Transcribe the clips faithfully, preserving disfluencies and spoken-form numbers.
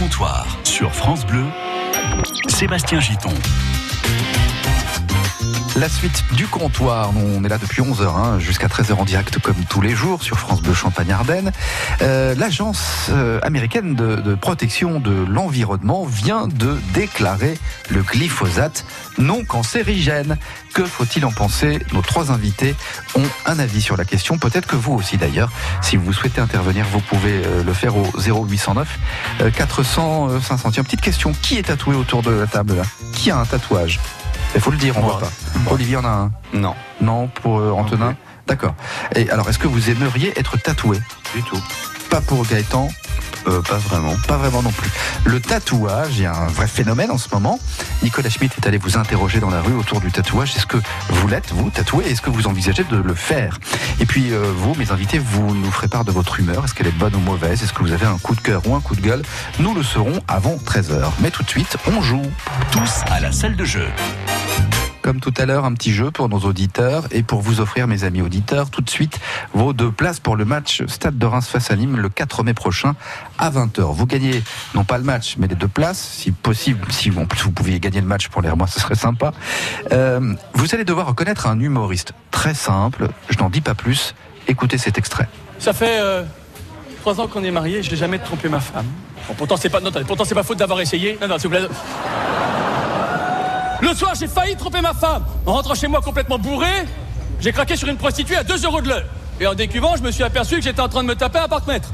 comptoir sur France Bleu, Sébastien Giton. La suite du comptoir, on est là depuis onze heures hein, jusqu'à treize heures en direct comme tous les jours sur France Bleu Champagne-Ardenne. Euh, L'agence euh, américaine de, de protection de l'environnement vient de déclarer le glyphosate non cancérigène. Que faut-il en penser? Nos trois invités ont un avis sur la question, peut-être que vous aussi d'ailleurs. Si vous souhaitez intervenir, vous pouvez euh, le faire au zéro huit cent neuf quatre cents cinq cents. Tiens, petite question, qui est tatoué autour de la table là? Qui a un tatouage? Il faut le dire, on ne voit pas. Olivier en a un? Non. Non, pour euh, Antonin okay. D'accord. Et alors, est-ce que vous aimeriez être tatoué? Du tout. Pas pour Gaëtan? euh, Pas vraiment. Pas vraiment non plus. Le tatouage, il y a un vrai phénomène en ce moment. Nicolas Schmitt est allé vous interroger dans la rue autour du tatouage. Est-ce que vous l'êtes, vous, tatoué? Est-ce que vous envisagez de le faire? Et puis, euh, vous, mes invités, vous nous ferez part de votre humeur. Est-ce qu'elle est bonne ou mauvaise? Est-ce que vous avez un coup de cœur ou un coup de gueule? Nous le saurons avant treize heures. Mais tout de suite, on joue. Tous à la salle de jeu. Comme tout à l'heure, un petit jeu pour nos auditeurs et pour vous offrir, mes amis auditeurs, tout de suite vos deux places pour le match Stade de Reims face à Nîmes le quatre mai prochain à vingt heures. Vous gagnez non pas le match, mais les deux places, si possible. Si en plus vous pouviez gagner le match pour les Rémois, ce serait sympa. Euh, vous allez devoir reconnaître un humoriste très simple. Je n'en dis pas plus. Écoutez cet extrait. Ça fait euh, trois ans qu'on est mariés. Je n'ai jamais trompé ma femme. Bon, pourtant c'est pas, non, pourtant c'est pas faute d'avoir essayé. Non, non, s'il vous plaît. Le soir, j'ai failli tromper ma femme. En rentrant chez moi complètement bourré, j'ai craqué sur une prostituée à deux euros de l'heure. Et en décuvant, je me suis aperçu que j'étais en train de me taper un parc-mètre.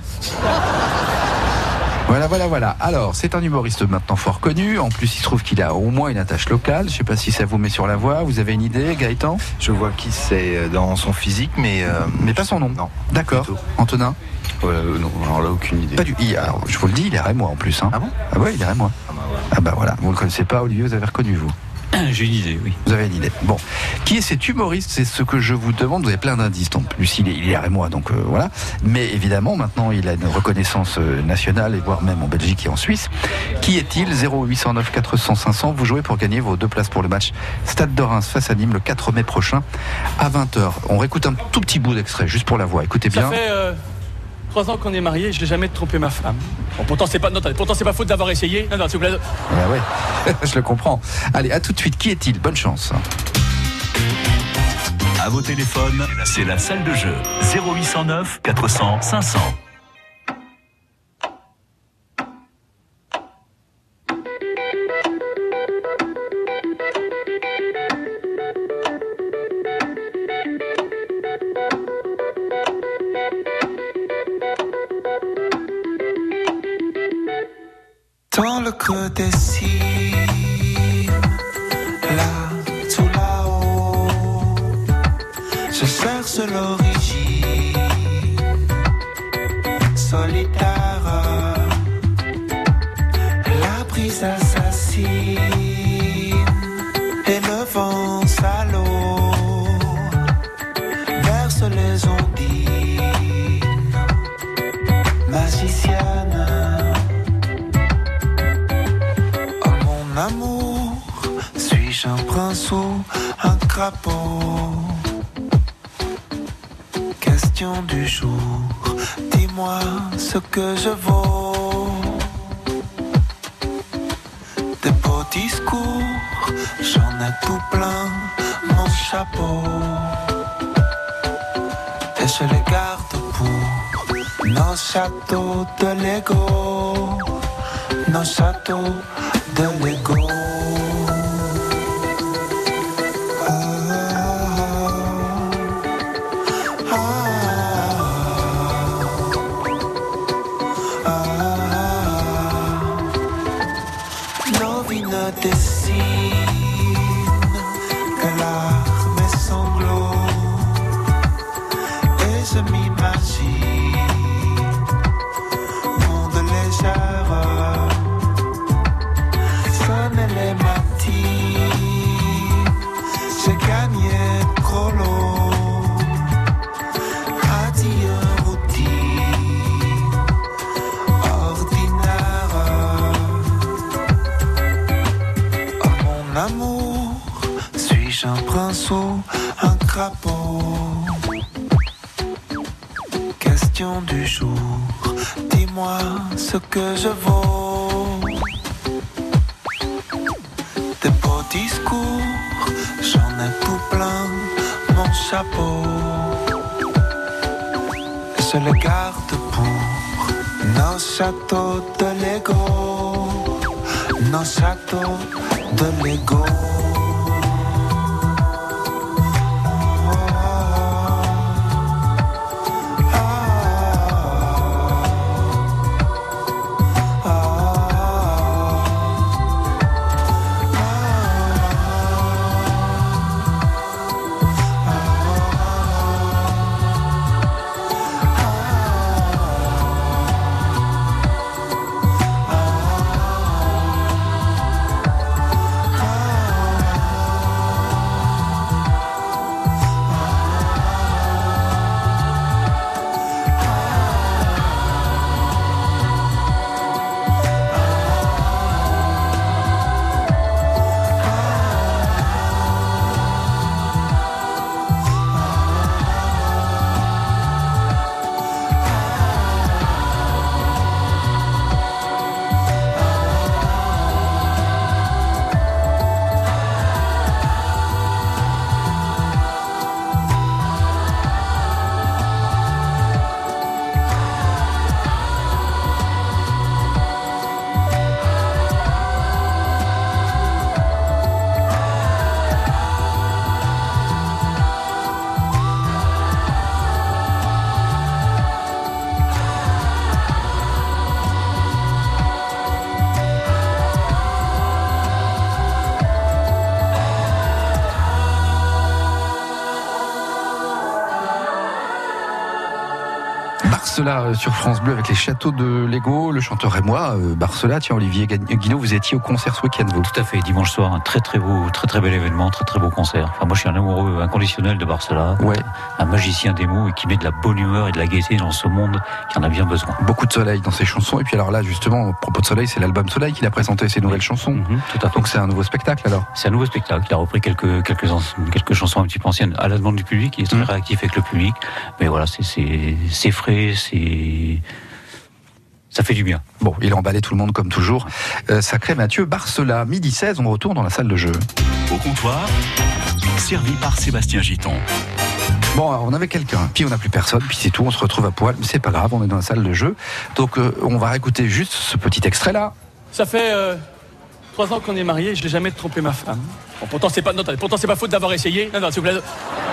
Voilà, voilà, voilà. Alors, c'est un humoriste maintenant fort connu. En plus, il se trouve qu'il a au moins une attache locale. Je ne sais pas si ça vous met sur la voie. Vous avez une idée, Gaëtan? Je vois qui c'est dans son physique, mais... Euh, mais pas son nom? Non. D'accord. Antonin? euh, Non, alors là, aucune idée. Pas du... il, alors, je vous le dis, il est rémois en plus. Hein. Ah bon? Ah ouais, il est rémois. Ah bah, ouais. Ah bah voilà. Vous ne le connaissez pas, Olivier, vous avez reconnu, vous? J'ai une idée, oui. Vous avez une idée. Bon. Qui est cet humoriste? C'est ce que je vous demande. Vous avez plein d'indices. En plus, il est, il est rémois, donc euh, voilà. Mais évidemment, maintenant, il a une reconnaissance nationale, et voire même en Belgique et en Suisse. Qui est-il? Zéro huit cent neuf quatre cents cinq cents. Vous jouez pour gagner vos deux places pour le match Stade de Reims face à Nîmes le quatre mai prochain à vingt heures. On réécoute un tout petit bout d'extrait, juste pour la voix. Écoutez bien. Ça fait euh, trois ans qu'on est mariés. Je n'ai jamais trompé ma femme. Bon, pourtant c'est pas, non, pourtant c'est pas faute d'avoir essayé. Non, non, s'il vous plaît. Ah ouais, je le comprends. Allez, à tout de suite. Qui est-il? Bonne chance. À vos téléphones, c'est la salle de jeu. zéro huit cent neuf quatre cents cinq cents. Dans le creux des cimes, là, tout là-haut, je cherche l'origine, solitaire, la brise assassine, et le vent salaud, berce les ondines, magicienne. Amour, suis-je un prince ou un crapaud? Question du jour, dis-moi ce que je vaux. Des beaux discours, j'en ai tout plein mon chapeau. Et je les garde pour nos châteaux de Lego, nos châteaux de Lego. Ah, ah, ah, ah. Nos vies ne dessinent que larmes et sanglots, et je m'imagine monde légère. Les matines, j'ai gagné trop l'eau. Adieu routine ordinaire. Oh mon amour, suis-je un prince ou un crapaud? Question du jour, dis-moi ce que je vaux. discours, j'en ai tout plein mon chapeau. Je le garde pour nos châteaux de Lego, nos châteaux de Lego. Barcela sur France Bleu avec les châteaux de Lego, le chanteur et moi, euh, Barcela. Tiens, Olivier Guinaud, vous étiez au concert ce week-end, vous? Tout à fait, dimanche soir, un très très beau, très très bel événement, très très beau concert. Enfin, moi je suis un amoureux inconditionnel de Barcela, ouais. Un magicien des mots et qui met de la bonne humeur et de la gaieté dans ce monde qui en a bien besoin. Beaucoup de soleil dans ses chansons, et puis alors là justement, à propos de soleil, c'est l'album Soleil qu'il a présenté ses nouvelles chansons. Mmh, tout à fait. Donc c'est un nouveau spectacle alors? C'est un nouveau spectacle, il a repris quelques, quelques, quelques chansons un petit peu anciennes à la demande du public, il est très mmh. réactif avec le public, mais voilà, c'est, c'est, c'est frais, c'est... ça fait du bien. Bon, il a emballé tout le monde comme toujours. Euh, sacré Mathieu Barcela, midi seize, on retourne dans la salle de jeu. Au comptoir, servi par Sébastien Giton. Bon, alors on avait quelqu'un, puis on n'a plus personne, puis c'est tout, on se retrouve à poil, mais c'est pas grave, on est dans la salle de jeu. Donc euh, on va écouter juste ce petit extrait-là. Ça fait euh, trois ans qu'on est mariés, je n'ai jamais trompé ma femme. Bon, pourtant c'est pas, non, pourtant c'est pas faute d'avoir essayé. Non, non, s'il vous plaît.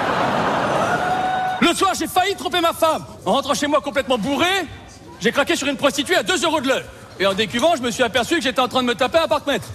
Le soir, j'ai failli tromper ma femme. En rentrant chez moi complètement bourré, j'ai craqué sur une prostituée à deux euros de l'heure. Et en décuvant, je me suis aperçu que j'étais en train de me taper un parc-mètre.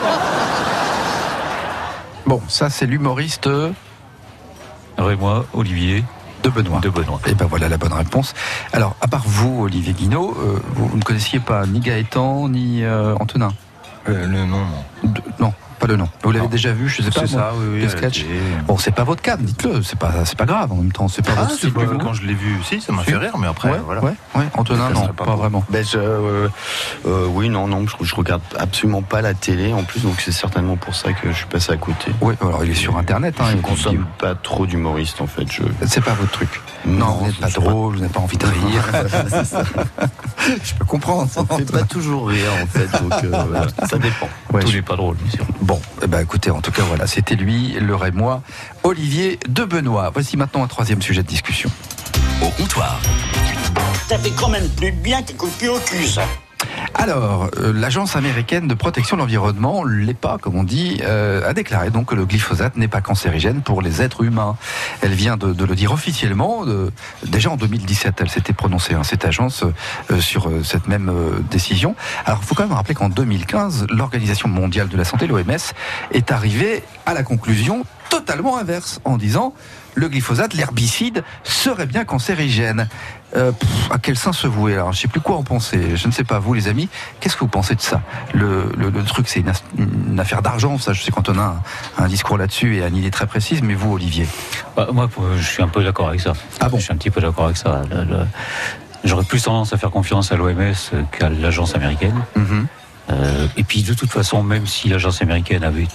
Bon, ça c'est l'humoriste... Moi, Olivier de Benoît. De Benoît. Et ben voilà la bonne réponse. Alors, à part vous, Olivier Guinaud, euh, vous ne connaissiez pas ni Gaëtan, ni euh, Antonin euh, Le nom, non. De, non, pas le nom. Vous l'avez non. déjà vu, je sais pas. C'est ça, oui, oui. Le sketch. Bon, c'est pas votre cam, dites-le. C'est pas, c'est pas grave. En même temps, c'est pas ah, votre style. Pas, quand je l'ai vu, si, ça m'a fait rire, mais après, ouais, voilà. Ouais, ouais. Antonin, non, pas, pas vraiment. Ben, je, euh, euh, oui, non, non, je, je regarde absolument pas la télé en plus, donc c'est certainement pour ça que je suis passé à côté. Oui, alors il est sur Internet. Hein, je ne consomme pas trop d'humoristes en fait. Je... C'est pas votre truc. Non, non vous n'êtes pas drôle, vous n'avez pas envie de rire. C'est ça. Je peux comprendre. Ça ne fait pas toujours rire en fait, donc euh, voilà, ça dépend. Ouais, Tout je... n'est pas drôle, bien sûr. Bon, eh ben, écoutez, en tout cas, voilà, c'était lui, le Rémois, Olivier de Benoît. Voici maintenant un troisième sujet de discussion. Au comptoir. Ça fait quand même plus bien qu'un coup de pied au cul, ça. Alors, euh, l'Agence américaine de protection de l'environnement, l'E P A, comme on dit, euh, a déclaré donc que le glyphosate n'est pas cancérigène pour les êtres humains. Elle vient de, de le dire officiellement. De, déjà en deux mille dix-sept, elle s'était prononcée, hein, cette agence, euh, sur euh, cette même euh, décision. Alors, il faut quand même rappeler qu'en deux mille quinze, l'Organisation mondiale de la santé, l'O M S, est arrivée à la conclusion totalement inverse, en disant le glyphosate, l'herbicide, serait bien cancérigène. Euh, pff, à quel sens se vouer? Alors, je ne sais plus quoi en penser. Je ne sais pas, vous les amis, qu'est-ce que vous pensez de ça? le, le, le truc, c'est une, une affaire d'argent, ça. Je sais qu'Antonin a un discours là-dessus et une idée très précise, mais vous, Olivier? Bah, moi, je suis un peu d'accord avec ça. Ah bon? Je suis un petit peu d'accord avec ça. Le, le... J'aurais plus tendance à faire confiance à l'O M S qu'à l'agence américaine. Mm-hmm. Euh, et puis, de toute façon, même si l'agence américaine avait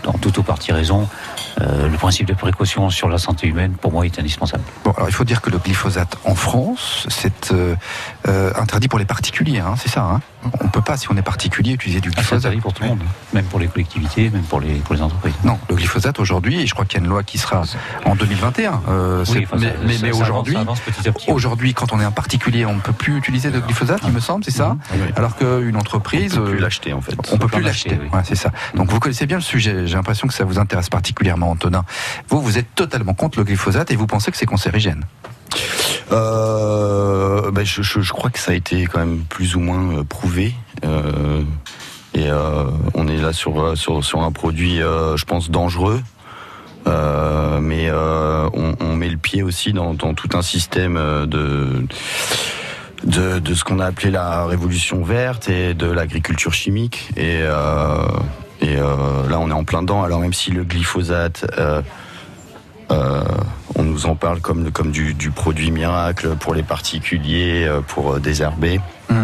dans toute ou partie raison. Euh, le principe de précaution sur la santé humaine, pour moi, est indispensable. Bon, alors il faut dire que le glyphosate en France, c'est euh, euh, interdit pour les particuliers, hein, c'est ça. Hein, on ne peut pas, si on est particulier, utiliser du glyphosate. C'est interdit pour tout le monde, même pour les collectivités, même pour les, pour les entreprises. Non, le glyphosate aujourd'hui, et je crois qu'il y a une loi qui sera en deux mille vingt et un. Euh, oui, enfin, mais ça, mais, ça, mais ça aujourd'hui, avance, ça avance petit à petit. Aujourd'hui, quand on est un particulier, on ne peut plus utiliser de glyphosate, il me semble, c'est ça. Mmh. Oui. Alors qu'une entreprise, on peut plus euh, l'acheter en fait. On, on peut plus l'acheter. Oui. Ouais, c'est ça. Donc vous connaissez bien le sujet. J'ai l'impression que ça vous intéresse particulièrement, Antonin. Vous, vous êtes totalement contre le glyphosate et vous pensez que c'est cancérigène. Euh, ben je, je, je crois que ça a été quand même plus ou moins euh, prouvé. Euh, et euh, on est là sur sur sur un produit, euh, je pense, dangereux. Euh, mais euh, on, on met le pied aussi dans, dans tout un système de de, de ce qu'on a appelé la révolution verte et de l'agriculture chimique. Et euh, et euh, là, on est en plein dedans. Alors même si le glyphosate euh, Euh, on nous en parle comme, comme du, du produit miracle pour les particuliers, pour désherber. Mmh.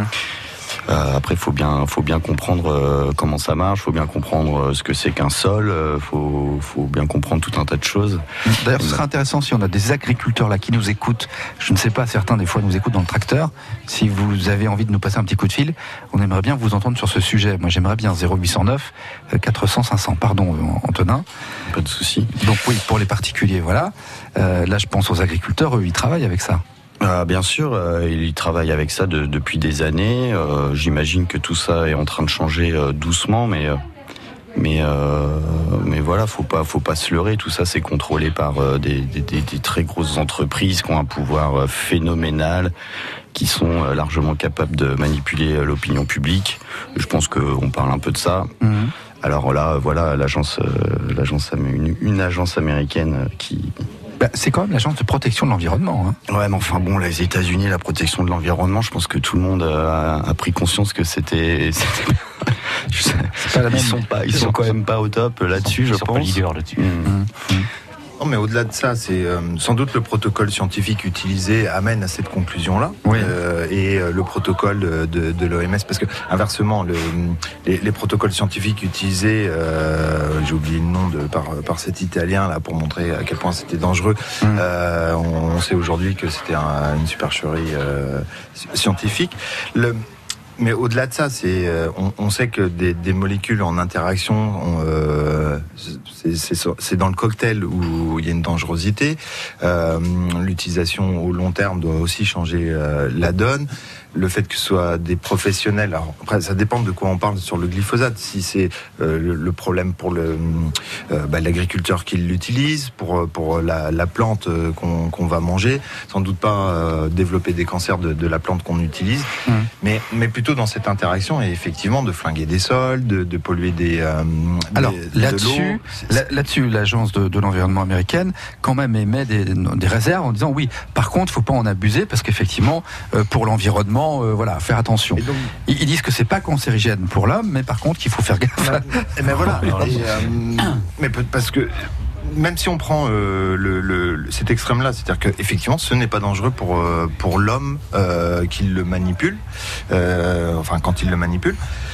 Euh, après, il faut bien, faut bien comprendre euh, comment ça marche, il faut bien comprendre ce que c'est qu'un sol, il euh, faut, faut bien comprendre tout un tas de choses. D'ailleurs, ce serait intéressant si on a des agriculteurs là qui nous écoutent. Je ne sais pas, certains des fois nous écoutent dans le tracteur. Si vous avez envie de nous passer un petit coup de fil, on aimerait bien vous entendre sur ce sujet. Moi, j'aimerais bien zéro huit cent neuf quatre cents cinq cents. Pardon, Antonin. Pas de souci. Donc oui, pour les particuliers, voilà. Euh, là, je pense aux agriculteurs, eux, ils travaillent avec ça. Euh, bien sûr, euh, il travaille avec ça de, depuis des années. Euh, j'imagine que tout ça est en train de changer euh, doucement, mais euh, mais euh, mais voilà, faut pas faut pas se leurrer. Tout ça, c'est contrôlé par euh, des, des, des, des très grosses entreprises qui ont un pouvoir euh, phénoménal, qui sont euh, largement capables de manipuler euh, l'opinion publique. Je pense qu'on parle un peu de ça. Mmh. Alors là, voilà, l'agence, euh, l'agence une, une agence américaine euh, qui Bah, c'est quand même l'agence de protection de l'environnement. Hein. Ouais, mais enfin bon, les États-Unis, la protection de l'environnement, je pense que tout le monde a, a pris conscience que c'était. c'était... je sais, pas la ils même... sont pas, ils, ils sont, sont quand même pas au top là-dessus, ils je sont pense. Pas leaders là-dessus. Mmh. Mmh. Non, mais au-delà de ça, c'est euh, sans doute le protocole scientifique utilisé amène à cette conclusion-là, oui. euh, et euh, le protocole de, de l'O M S, parce que inversement, le, les, les protocoles scientifiques utilisés, euh, j'ai oublié le nom de par, par cet Italien là pour montrer à quel point c'était dangereux. Mmh. Euh, on, on sait aujourd'hui que c'était un, une supercherie euh, scientifique. Le, Mais au-delà de ça, c'est, euh, on, on sait que des, des molécules en interaction, on, euh, c'est, c'est, c'est dans le cocktail où il y a une dangerosité. Euh, l'utilisation au long terme doit aussi changer euh, la donne. Le fait que ce soit des professionnels, alors après ça dépend de quoi on parle sur le glyphosate. Si c'est euh, le, le problème pour le euh, bah, l'agriculteur qui l'utilise, pour pour la, la plante qu'on, qu'on va manger, sans doute pas euh, développer des cancers de, de la plante qu'on utilise, mmh. mais mais plutôt dans cette interaction et effectivement de flinguer des sols, de, de polluer des. Euh, alors des, là-dessus, de là, là-dessus, l'agence de, de l'environnement américaine quand même émet des, des réserves en disant oui. Par contre, faut pas en abuser parce qu'effectivement, euh, pour l'environnement. Euh, voilà, faire attention. Donc, ils, ils disent que c'est pas cancérigène pour l'homme, mais par contre qu'il faut faire gaffe. Mais, mais voilà. et, euh, mais parce que même si on prend euh, le, le, cet extrême-là, c'est-à-dire que effectivement, ce n'est pas dangereux pour euh, pour l'homme euh, qui le manipule, euh, enfin quand il le manipule.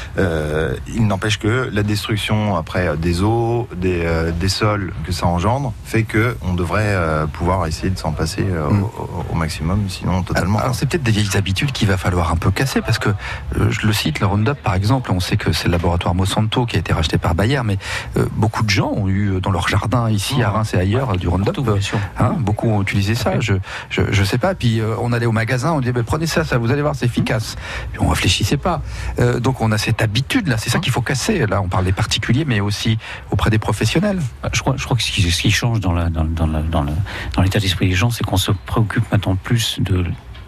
Euh, il n'empêche que la destruction après des eaux, des, euh, des sols que ça engendre, fait que on devrait euh, pouvoir essayer de s'en passer euh, mm. au, au maximum, sinon totalement. Alors c'est peut-être des vieilles habitudes qu'il va falloir un peu casser, parce que euh, je le cite, le Roundup par exemple, on sait que c'est le laboratoire Monsanto qui a été racheté par Bayer, mais euh, beaucoup de gens ont eu dans leur jardin ici mmh. à Reims et ailleurs ouais, du Roundup. Tout, hein, beaucoup ont utilisé ça. Je, je je sais pas. Puis euh, on allait au magasin, on disait bah, prenez ça, ça vous allez voir, c'est efficace. Puis on réfléchissait pas. Euh, donc on a cette habitude là, c'est ça qu'il faut casser. Là, on parle des particuliers, mais aussi auprès des professionnels. Je crois, je crois que ce qui, ce qui change dans, la, dans, dans, la, dans, la, dans l'état d'esprit des gens, c'est qu'on se préoccupe maintenant plus de,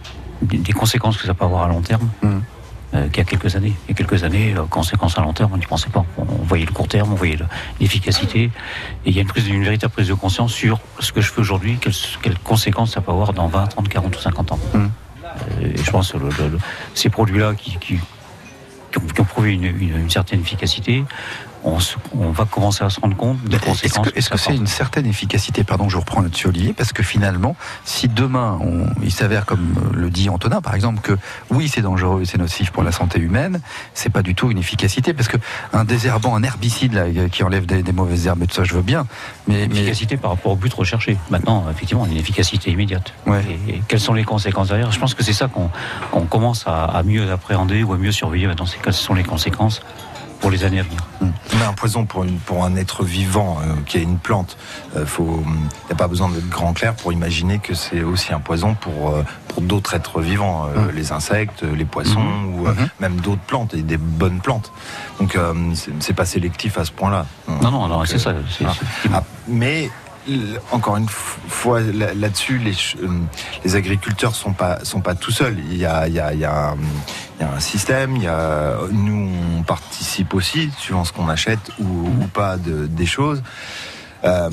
des conséquences que ça peut avoir à long terme. Mmh. Euh, qu'il y a quelques années. Il y a quelques années, euh, conséquences à long terme, on n'y pensait pas. On, on voyait le court terme, on voyait le, l'efficacité. Et il y a une, prise, une véritable prise de conscience sur ce que je fais aujourd'hui, quelles, quelles conséquences ça peut avoir dans vingt, trente, quarante ou cinquante ans. Mmh. Euh, et je pense que le, le, le, ces produits-là qui, qui, qui, ont, qui ont prouvé une, une, une certaine efficacité, on, se, on va commencer à se rendre compte des conséquences. Est-ce que, est-ce que, que c'est une certaine efficacité, pardon, je reprends là-dessus Olivier, parce que finalement, si demain, on, il s'avère, comme le dit Antonin par exemple, que oui, c'est dangereux et c'est nocif pour la santé humaine, c'est pas du tout une efficacité, parce que un désherbant, un herbicide là, qui enlève des, des mauvaises herbes et tout ça, je veux bien, mais... mais... Efficacité par rapport au but recherché. Maintenant, effectivement, une efficacité immédiate. Ouais. Et, et quelles sont les conséquences derrière ? Je pense que c'est ça qu'on, qu'on commence à, à mieux appréhender ou à mieux surveiller maintenant, c'est quelles sont les conséquences pour les années à venir. On a un poison pour, une, pour un être vivant euh, qui est une plante. Il euh, n'y a pas besoin d'être grand clair pour imaginer que c'est aussi un poison pour, euh, pour d'autres êtres vivants, euh, mmh. les insectes, les poissons mmh. ou euh, mmh. même d'autres plantes et des bonnes plantes. Donc euh, c'est, c'est pas sélectif à ce point-là. Non, non, non, Donc, c'est euh, ça. C'est, ah, c'est... Ah, mais encore une fois là-dessus, les, les agriculteurs sont pas sont pas tout seuls. Il y a il y a il y a un, il y a un système. Il y a nous on participe aussi suivant ce qu'on achète ou, ou pas de, des choses. Euh,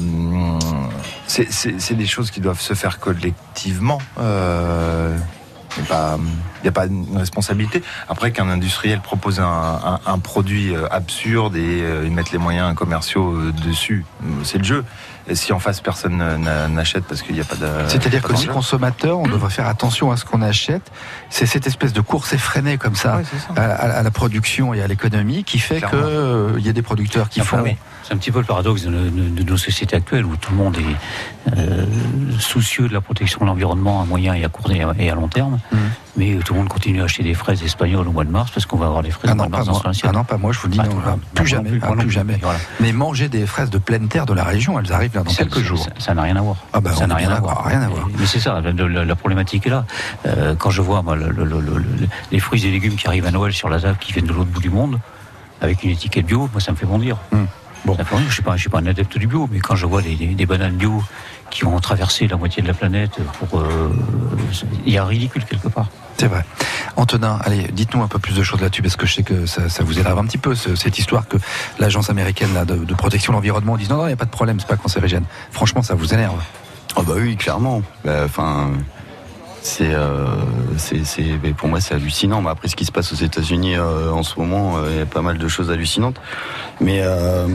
c'est, c'est, c'est des choses qui doivent se faire collectivement. Euh, Il n'y a pas une responsabilité. Après qu'un industriel propose un, un, un produit absurde et euh, ils mettent les moyens commerciaux euh, dessus, c'est le jeu. Et si en face personne n'achète parce qu'il n'y a pas de... C'est-à-dire pas que si consommateur, on devrait faire attention à ce qu'on achète. C'est cette espèce de course effrénée comme ça, ouais, ça. À, à, à la production et à l'économie qui fait qu'il euh, y a des producteurs qui enfin, font... Oui. C'est un petit peu le paradoxe de, de, de nos sociétés actuelles où tout le monde est euh, soucieux de la protection de l'environnement à moyen et à court et à long terme, mmh. mais tout le monde continue à acheter des fraises espagnoles au mois de mars parce qu'on va avoir des fraises ah au mois non, de mars dans son assiette. Ah non, pas moi, je vous dis, ah, non, non, non, non, plus non, jamais, plus, ah, plus jamais. Voilà. Mais manger des fraises de pleine terre de la région, elles arrivent là dans ça, quelques jours. Ça, ça n'a rien à voir. Ah bah, ça n'a rien à voir. Rien à voir. Mais c'est ça, la, la, la problématique est là. Euh, quand je vois moi, le, le, le, le, les fruits et légumes qui arrivent à Noël sur la table, qui viennent de l'autre bout du monde, avec une étiquette bio, moi ça me fait bondir. Hum. Bon. Je ne suis pas, je suis pas un adepte du bio, mais quand je vois des, des, des bananes bio qui ont traversé la moitié de la planète, pour, euh, il y a un ridicule quelque part. C'est vrai. Antonin, allez, dites-nous un peu plus de choses là-dessus, parce que je sais que ça, ça vous énerve un petit peu, ce, cette histoire que l'agence américaine là, de, de protection de l'environnement dit non, non, il n'y a pas de problème, c'est pas cancérigène. Franchement, ça vous énerve. Oh bah oui, clairement. Enfin... Bah, C'est, euh, c'est, c'est, pour moi, c'est hallucinant. Mais après, ce qui se passe aux États-Unis euh, en ce moment, il euh, y a pas mal de choses hallucinantes. Mais euh,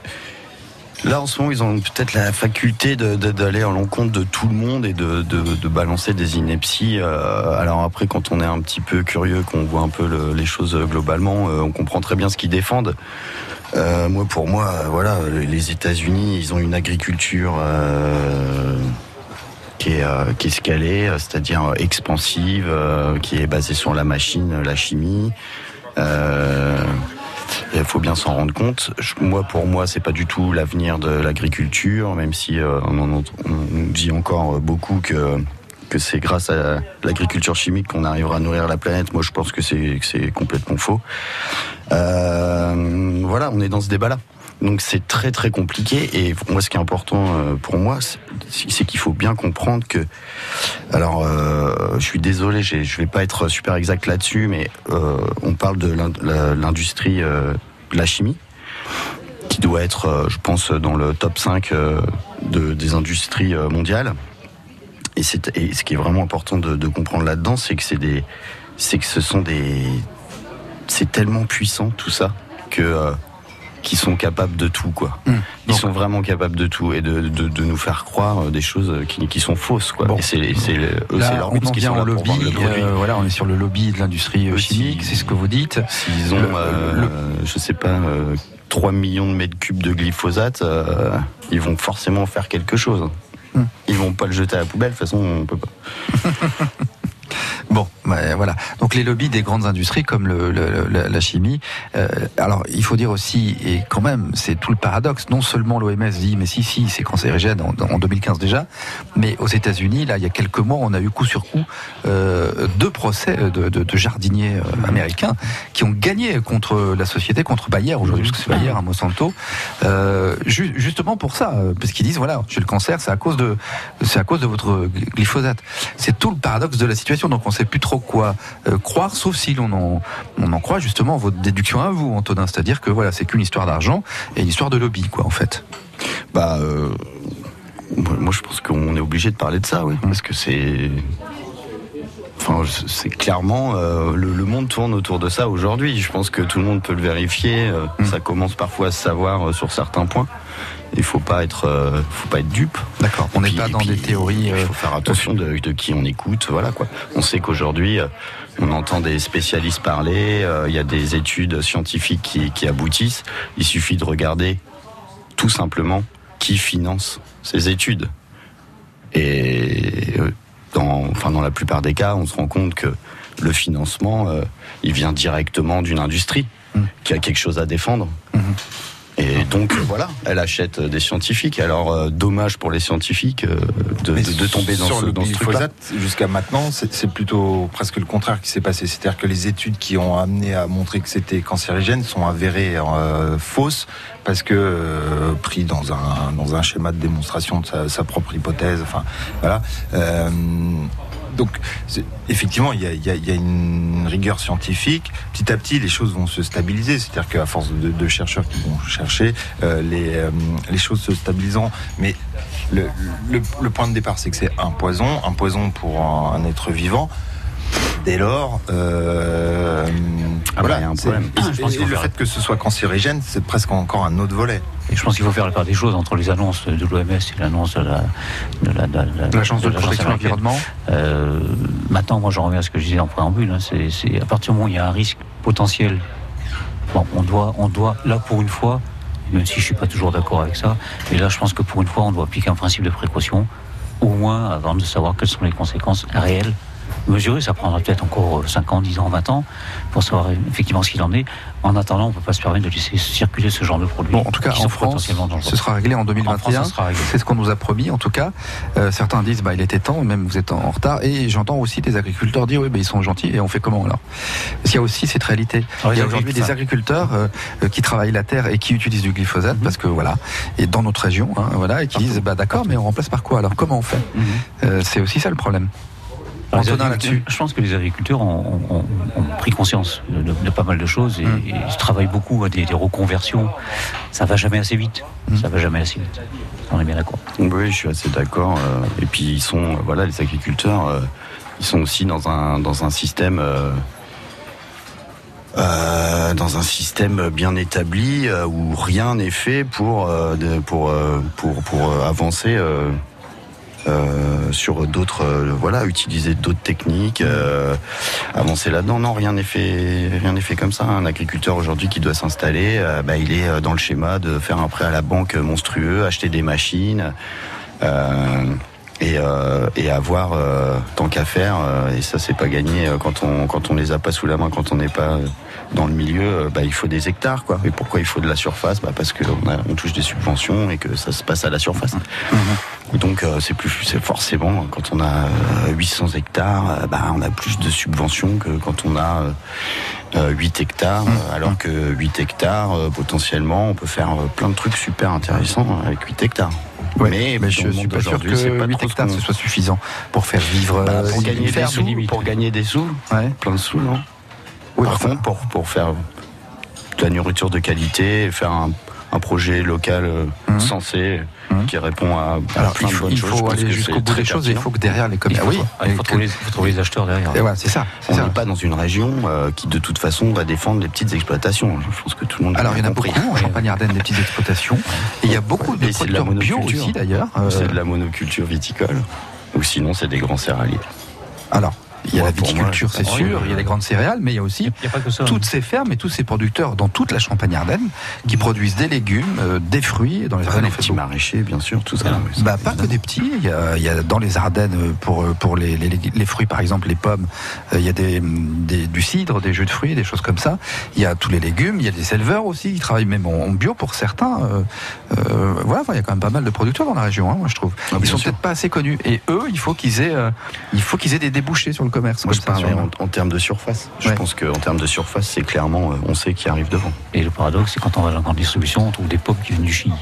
là, en ce moment, ils ont peut-être la faculté de, de, d'aller à l'encontre de tout le monde et de, de, de balancer des inepties. Euh, alors après, quand on est un petit peu curieux, qu'on voit un peu le, les choses globalement, euh, on comprend très bien ce qu'ils défendent. Euh, moi, pour moi, euh, voilà, les États-Unis, ils ont une agriculture. Euh, Qui est, euh, qui est scalée, c'est-à-dire expansive, euh, qui est basée sur la machine, la chimie. Euh, il faut bien s'en rendre compte. Je, moi, pour moi, c'est pas du tout l'avenir de l'agriculture, même si euh, on, on, on nous dit encore beaucoup que que c'est grâce à l'agriculture chimique qu'on arrivera à nourrir la planète. Moi, je pense que c'est que c'est complètement faux. Euh, voilà, on est dans ce débat-là. Donc c'est très très compliqué et moi ce qui est important pour moi c'est qu'il faut bien comprendre que alors euh, je suis désolé je vais pas être super exact là-dessus mais euh, on parle de l'industrie euh, de la chimie qui doit être je pense dans le top cinq de, des industries mondiales et, c'est, et ce qui est vraiment important de, de comprendre là-dedans c'est que c'est des c'est que ce sont des c'est tellement puissant tout ça que euh, qui sont capables de tout, quoi. Mmh. Ils Donc, sont vraiment capables de tout et de, de, de nous faire croire des choses qui, qui sont fausses, quoi. Bon. Et c'est, c'est, eux, là, c'est leur but, on en vient au lobby. Euh, voilà, on est sur le lobby de l'industrie Eux, chimique, si, c'est ce que vous dites. S'ils ont, le, euh, le... je sais pas, euh, trois millions de mètres cubes de glyphosate, euh, ils vont forcément faire quelque chose. Mmh. Ils vont pas le jeter à la poubelle, de toute façon, on peut pas. Bon, ben voilà. Donc les lobbies des grandes industries comme le, le, le, la chimie. Euh, alors il faut dire aussi, et quand même, c'est tout le paradoxe. Non seulement l'O M S dit, mais si, si, c'est cancérigène en, en deux mille quinze déjà, mais aux États-Unis, là, il y a quelques mois, on a eu coup sur coup euh, deux procès de, de, de jardiniers euh, américains qui ont gagné contre la société, contre Bayer aujourd'hui, parce que c'est Bayer à Monsanto, euh, ju- justement pour ça, parce qu'ils disent voilà, j'ai le cancer, c'est à cause de, c'est à cause de votre glyphosate. C'est tout le paradoxe de la situation. Donc on sait plus trop quoi euh, croire, sauf si l'on en, on en croit justement votre déduction à vous, Antonin, c'est-à-dire que voilà, c'est qu'une histoire d'argent et une histoire de lobby, quoi, en fait. Bah, euh, moi, je pense qu'on est obligé de parler de ça, oui, mmh. parce que c'est, Enfin, c'est clairement euh, le, le monde tourne autour de ça aujourd'hui. Je pense que tout le monde peut le vérifier. Euh, mmh. Ça commence parfois à se savoir euh, sur certains points. Il faut pas être, euh, faut pas être dupe. D'accord. On n'est pas dans puis, des théories. Il faut euh, faire attention de, de qui on écoute. Voilà quoi. On sait qu'aujourd'hui, euh, on entend des spécialistes parler. Euh, il y a des études scientifiques qui, qui aboutissent. Il suffit de regarder tout simplement qui finance ces études. Et euh, Dans, enfin, dans la plupart des cas, on se rend compte que le financement, euh, il vient directement d'une industrie mmh. qui a quelque chose à défendre. Mmh. Et donc, euh, voilà, elle achète des scientifiques. Alors, euh, dommage pour les scientifiques euh, de, de, de tomber dans sur ce, le dans ce truc-là. Jusqu'à maintenant, c'est, c'est plutôt presque le contraire qui s'est passé. C'est-à-dire que les études qui ont amené à montrer que c'était cancérigène sont avérées euh, fausses parce que euh, pris dans un dans un schéma de démonstration de sa, sa propre hypothèse. Enfin, voilà. Euh, Donc, c'est, effectivement, il y a, il y, a, il y a une rigueur scientifique. Petit à petit, les choses vont se stabiliser. C'est-à-dire qu'à force de, de chercheurs qui vont chercher, euh, les, euh, les choses se stabiliseront. Mais le, le, le point de départ, c'est que c'est un poison, un poison pour un, un être vivant. Dès lors, euh, ah voilà, bah, y a un problème. Et, et, et le fait que ce soit cancérigène, c'est presque encore un autre volet. Et je pense qu'il faut faire la part des choses entre les annonces de l'O M S et l'annonce de, la, de, la, de, la, de l'agence de, de protection de l'environnement. Euh, maintenant, moi, je reviens à ce que je disais en préambule. Hein, c'est, c'est à partir du moment où il y a un risque potentiel, bon, on doit, on doit, là pour une fois, même si je suis pas toujours d'accord avec ça, mais là, je pense que pour une fois, on doit appliquer un principe de précaution, au moins avant de savoir quelles sont les conséquences réelles. Mesurer, ça prendra peut-être encore cinq ans, dix ans, vingt ans pour savoir effectivement ce qu'il en est. En attendant, on ne peut pas se permettre de laisser circuler ce genre de produits. Bon, en tout cas, en France, ce sera réglé en deux mille vingt et un. En France, c'est ce qu'on nous a promis, en tout cas. Euh, certains disent, bah, il était temps, même vous êtes en retard. Et j'entends aussi des agriculteurs dire, oui, bah, ils sont gentils, et on fait comment alors? Parce qu'il y a aussi cette réalité. Alors, il y a aujourd'hui des agriculteurs euh, qui travaillent la terre et qui utilisent du glyphosate, mm-hmm. parce que voilà, et dans notre région, hein, voilà, et qui disent, bah, d'accord, mais on remplace par quoi alors? Comment on fait? Mm-hmm. euh, C'est aussi ça le problème. Antonin, là-dessus. Je pense que les agriculteurs ont, ont, ont pris conscience de, de, de pas mal de choses et, mmh. et ils travaillent beaucoup à des, des reconversions. Ça va jamais assez vite. Mmh. Ça va jamais assez vite. On est bien d'accord. Oui, je suis assez d'accord. Et puis ils sont, voilà, les agriculteurs, ils sont aussi dans un dans un système. Euh, Euh, dans un système bien établi euh, où rien n'est fait pour euh, de, pour, euh, pour pour avancer. Euh, Euh, sur d'autres, euh, voilà, utiliser d'autres techniques, euh, avancer là-dedans. Non, rien n'est fait, rien n'est fait comme ça. Un agriculteur aujourd'hui qui doit s'installer, euh, bah, il est dans le schéma de faire un prêt à la banque monstrueux, acheter des machines euh, et, euh, et avoir euh, tant qu'à faire. Euh, et ça, c'est pas gagné quand on quand on les a pas sous la main, quand on n'est pas dans le milieu. Bah, il faut des hectares, quoi. Et pourquoi il faut de la surface? Bah, parce que on, a, on touche des subventions et que ça se passe à la surface. Mmh. Donc euh, c'est plus, c'est forcément quand on a euh, huit cents hectares, euh, bah, on a plus de subventions que quand on a euh, huit hectares. Mmh. Alors que huit hectares, euh, potentiellement, on peut faire euh, plein de trucs super intéressants avec huit hectares. Ouais, mais, mais je suis pas sûr que c'est pas huit hectares ce soit suffisant pour faire vivre. Bah, pour, euh, gagner des sous, pour gagner des sous, ouais. Plein de sous, non? Oui, par enfin, contre, pour, pour faire de la nourriture de qualité, faire un, un projet local euh, mmh. sensé, mmh. qui répond à, à Alors, plein il faut, de bonnes il faut choses. aller jusqu'au bout des choses et il faut que derrière les commerces. Ah oui, il faut, trouver, il faut trouver les acheteurs derrière. Et voilà, c'est ça. C'est on ça. n'est pas dans une région euh, qui, de toute façon, va défendre les petites exploitations. Je pense que tout le monde. Alors, il y en a compris. beaucoup en Champagne-Ardenne, des petites exploitations. Et il y a beaucoup de producteurs bio aussi, d'ailleurs. Euh... C'est de la monoculture viticole. Ou sinon, c'est des grands céréaliers. Alors. Il y a moi, la viticulture, moi, c'est sûr, il y a les grandes céréales, mais il y a aussi il y a pas que ça, toutes ces fermes et tous ces producteurs dans toute la Champagne-Ardenne qui mmh. produisent des légumes, euh, des fruits, dans les Ardennes, les petits maraîchers, bien sûr, tout ça. Oui, bah, pas que des petits, il y a, il y a dans les Ardennes, pour, pour les, les, les fruits, par exemple, les pommes, euh, il y a des, des, du cidre, des jus de fruits, des choses comme ça. Il y a tous les légumes, il y a des éleveurs aussi, ils travaillent même en, en bio pour certains. Euh, euh, voilà, il y a quand même pas mal de producteurs dans la région, hein, moi je trouve. Ah, ils sont sûr. peut-être pas assez connus. Et eux, il faut qu'ils aient, euh, il faut qu'ils aient des débouchés sur le commerce. Moi, je parle en, en termes de surface. Je ouais. pense qu'en termes de surface, c'est clairement, on sait qui arrive devant. Et le paradoxe, c'est quand on va dans la grande distribution, on trouve des pommes qui viennent du Chili.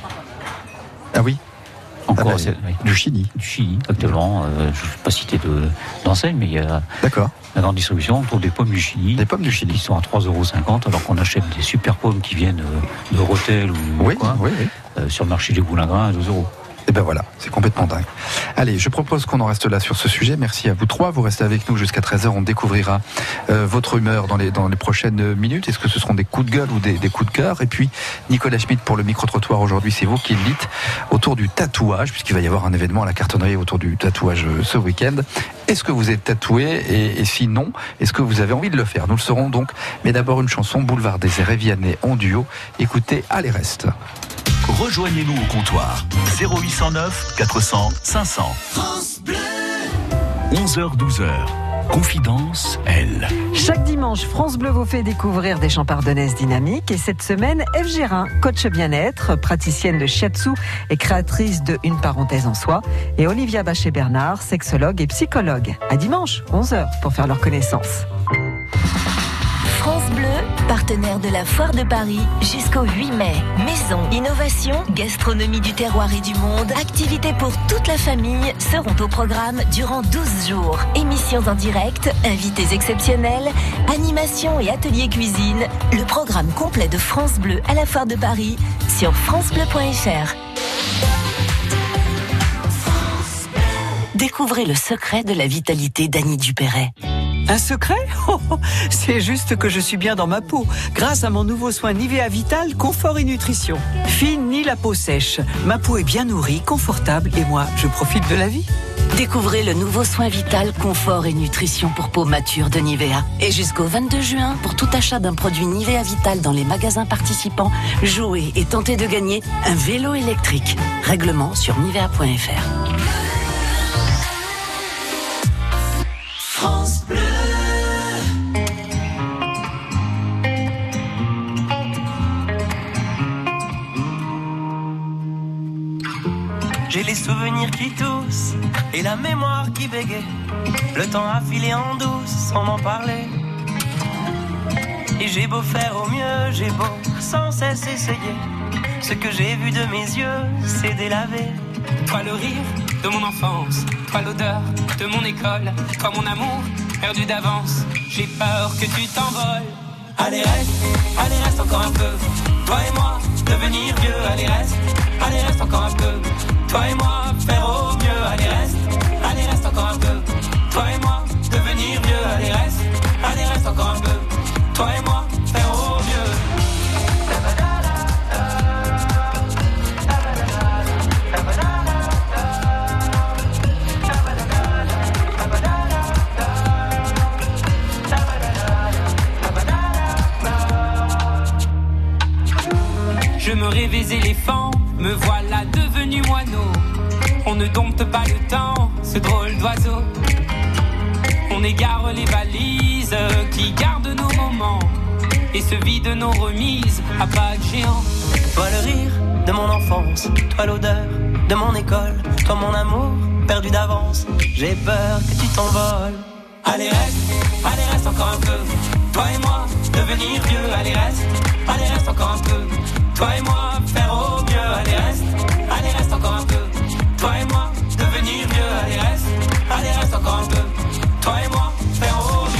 Ah oui. Encore, ah bah, c'est, oui. Du Chili. Du Chili, actuellement. Euh, je ne vais pas citer de, d'enseigne, mais il y a. D'accord. La grande distribution, on trouve des pommes du Chili. Des pommes du Chili. Qui sont à trois euros cinquante, alors qu'on achète des super pommes qui viennent de Rethel ou oui, quoi, oui, oui. Euh, sur le marché des Boulingrin à douze euros. Et ben voilà, c'est complètement dingue. Allez, je propose qu'on en reste là sur ce sujet. Merci à vous trois. Vous restez avec nous jusqu'à treize heures. On découvrira euh, votre humeur dans les, dans les prochaines minutes. Est-ce que ce seront des coups de gueule ou des, des coups de cœur? Et puis, Nicolas Schmitt pour le micro-trottoir aujourd'hui, c'est vous qui le dites, autour du tatouage, puisqu'il va y avoir un événement à la cartonnerie autour du tatouage euh, ce week-end. Est-ce que vous êtes tatoué? Et, et si non, est-ce que vous avez envie de le faire? Nous le saurons donc. Mais d'abord, une chanson, Boulevard Désert et Vianney en duo. Écoutez, allez, reste. Rejoignez-nous au comptoir zéro huit cent neuf quatre cents cinq cents. France Bleu. onze heures douze heures. Confidence, elle. Chaque dimanche, France Bleu vous fait découvrir des champardonnaises dynamiques. Et cette semaine, Ève Gérin, coach bien-être, praticienne de shiatsu et créatrice de Une parenthèse en soi. Et Olivia Bachet-Bernard, sexologue et psychologue. À dimanche, onze heures, pour faire leur connaissance. France Bleu, partenaire de la Foire de Paris jusqu'au huit mai. Maison, innovation, gastronomie du terroir et du monde, activités pour toute la famille seront au programme durant douze jours. Émissions en direct, invités exceptionnels, animations et ateliers cuisine. Le programme complet de France Bleu à la Foire de Paris sur francebleu point f r. Découvrez le secret de la vitalité d'Annie Dupéret. Un secret? Oh, c'est juste que je suis bien dans ma peau, grâce à mon nouveau soin Nivea Vital Confort et Nutrition. Fine ni la peau sèche, ma peau est bien nourrie, confortable et moi, je profite de la vie. Découvrez le nouveau soin Vital Confort et Nutrition pour peau mature de Nivea. Et jusqu'au vingt-deux juin, pour tout achat d'un produit Nivea Vital dans les magasins participants, jouez et tentez de gagner un vélo électrique. Règlement sur nivea point f r. France Bleu. J'ai les souvenirs qui toussent et la mémoire qui bégaye. Le temps a filé en douce sans m'en parler. Et j'ai beau faire au mieux, j'ai beau sans cesse essayer. Ce que j'ai vu de mes yeux, c'est délavé. Toi le rire de mon enfance, toi l'odeur de mon école, toi mon amour perdu d'avance. J'ai peur que tu t'envoles. Allez reste, allez reste encore un peu. Toi et moi, devenir vieux. Allez reste, allez reste encore un peu. Toi et moi, faire au mieux. Allez reste, allez reste encore un peu. Toi et moi, devenir vieux. Allez reste, allez reste encore un peu. Toi et moi, faire au mieux. Je me rêvais éléphant, me voilà devenu moineau. On ne dompte pas le temps, ce drôle d'oiseau. On égare les valises qui gardent nos moments et se vident nos remises à pas de géant. Toi le rire de mon enfance, toi l'odeur de mon école, toi mon amour perdu d'avance. J'ai peur que tu t'envoles. Allez reste, allez reste encore un peu. Toi et moi, devenir vieux. Allez reste, allez reste encore un peu. Toi et moi, faire au mieux. Allez reste, allez reste encore un peu. Toi et moi, devenir vieux. Allez reste, allez reste encore un peu. Toi et moi, faire au mieux.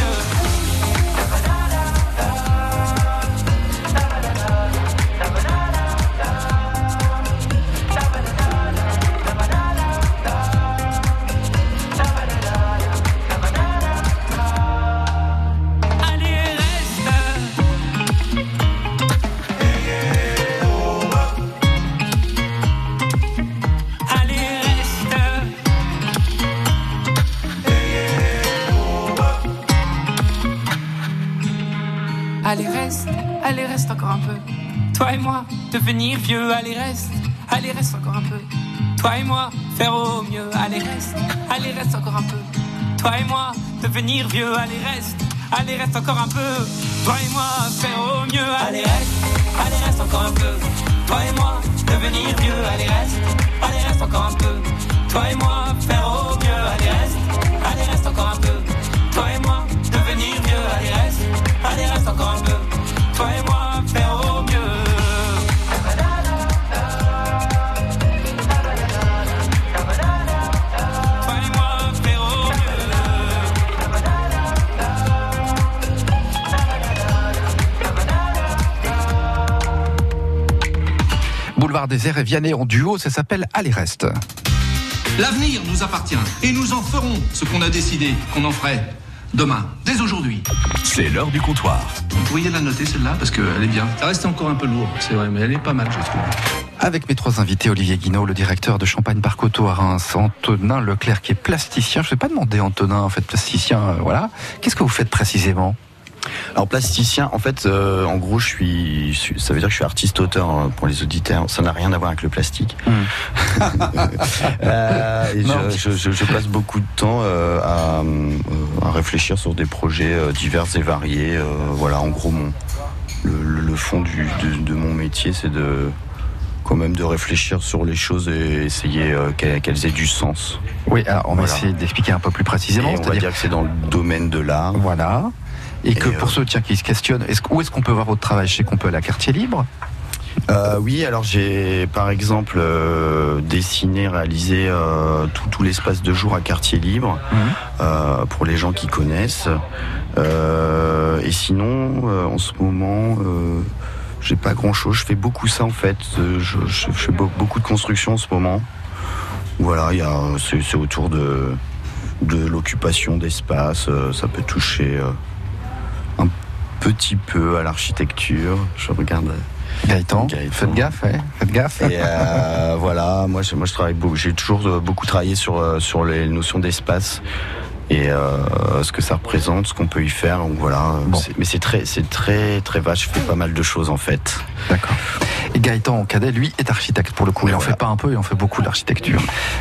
Allez reste, allez reste encore un peu. Toi et moi, devenir vieux. Allez reste, allez reste encore un peu. Toi et moi, faire au mieux. Allez reste, allez reste encore un peu. Toi et moi, devenir vieux. Allez reste, allez reste encore un peu. Toi et moi, faire au mieux. Allez reste, allez reste encore un peu. Toi et moi, devenir vieux. Allez reste, allez reste encore un peu. Toi et moi, faire au mieux. Allez reste, allez reste encore un peu. Toi et moi, devenir vieux. Allez reste, allez reste encore un peu. Toi et moi, faire au mieux. Boulevard Désert et Vianney en duo, ça s'appelle Allez reste. L'avenir nous appartient et nous en ferons ce qu'on a décidé qu'on en ferait demain, dès aujourd'hui. C'est l'heure du comptoir. Vous pourriez la noter celle-là parce qu'elle est bien. Ça reste encore un peu lourd, c'est vrai, mais elle est pas mal, je trouve. Avec mes trois invités, Olivier Guinaud, le directeur de Champagne Parc Auto à Reims, Antonin Leclerc qui est plasticien. Je ne vais pas demander Antonin, en fait, plasticien, euh, voilà. Qu'est-ce que vous faites précisément ? Alors plasticien, en fait, euh, en gros, je suis, je suis, ça veut dire que je suis artiste-auteur euh, pour les auditeurs. Ça n'a rien à voir avec le plastique. Mmh. euh, et je, je, je passe beaucoup de temps euh, à, à réfléchir sur des projets euh, divers et variés. Euh, voilà, en gros, mon, le, le fond du, de, de mon métier, c'est de quand même de réfléchir sur les choses et essayer euh, qu'elles, qu'elles aient du sens. Oui, alors on va voilà. essayer d'expliquer un peu plus précisément. Et on va dire que c'est dans le domaine de l'art. Voilà. Et, et que pour euh, ceux tiens, qui se questionnent, est-ce, où est-ce qu'on peut voir votre travail ? Je sais qu'on peut aller à Quartier Libre. Euh, oui, alors j'ai par exemple euh, dessiné, réalisé euh, tout, tout l'espace de jour à Quartier Libre, mmh. euh, pour les gens qui connaissent. Euh, et sinon, euh, en ce moment, euh, j'ai pas grand-chose. Je fais beaucoup ça en fait. Je, je, je fais beaucoup de construction en ce moment. Voilà, il y a, c'est, c'est autour de, de l'occupation d'espace. Ça peut toucher euh, un petit peu à l'architecture. Je regarde. Gaëtan, Gaëtan. Faites gaffe, ouais. Faites gaffe. Et euh, voilà, moi, je, moi je travaille beaucoup. J'ai toujours beaucoup travaillé sur sur les notions d'espace et euh, ce que ça représente, ce qu'on peut y faire. Donc voilà. Bon. C'est, mais c'est très, c'est très, très vaste. Je fais pas mal de choses en fait. D'accord. Et Gaëtan Cadet, lui, est architecte pour le coup. Il en voilà. fait pas un peu, il en fait beaucoup l'architecture.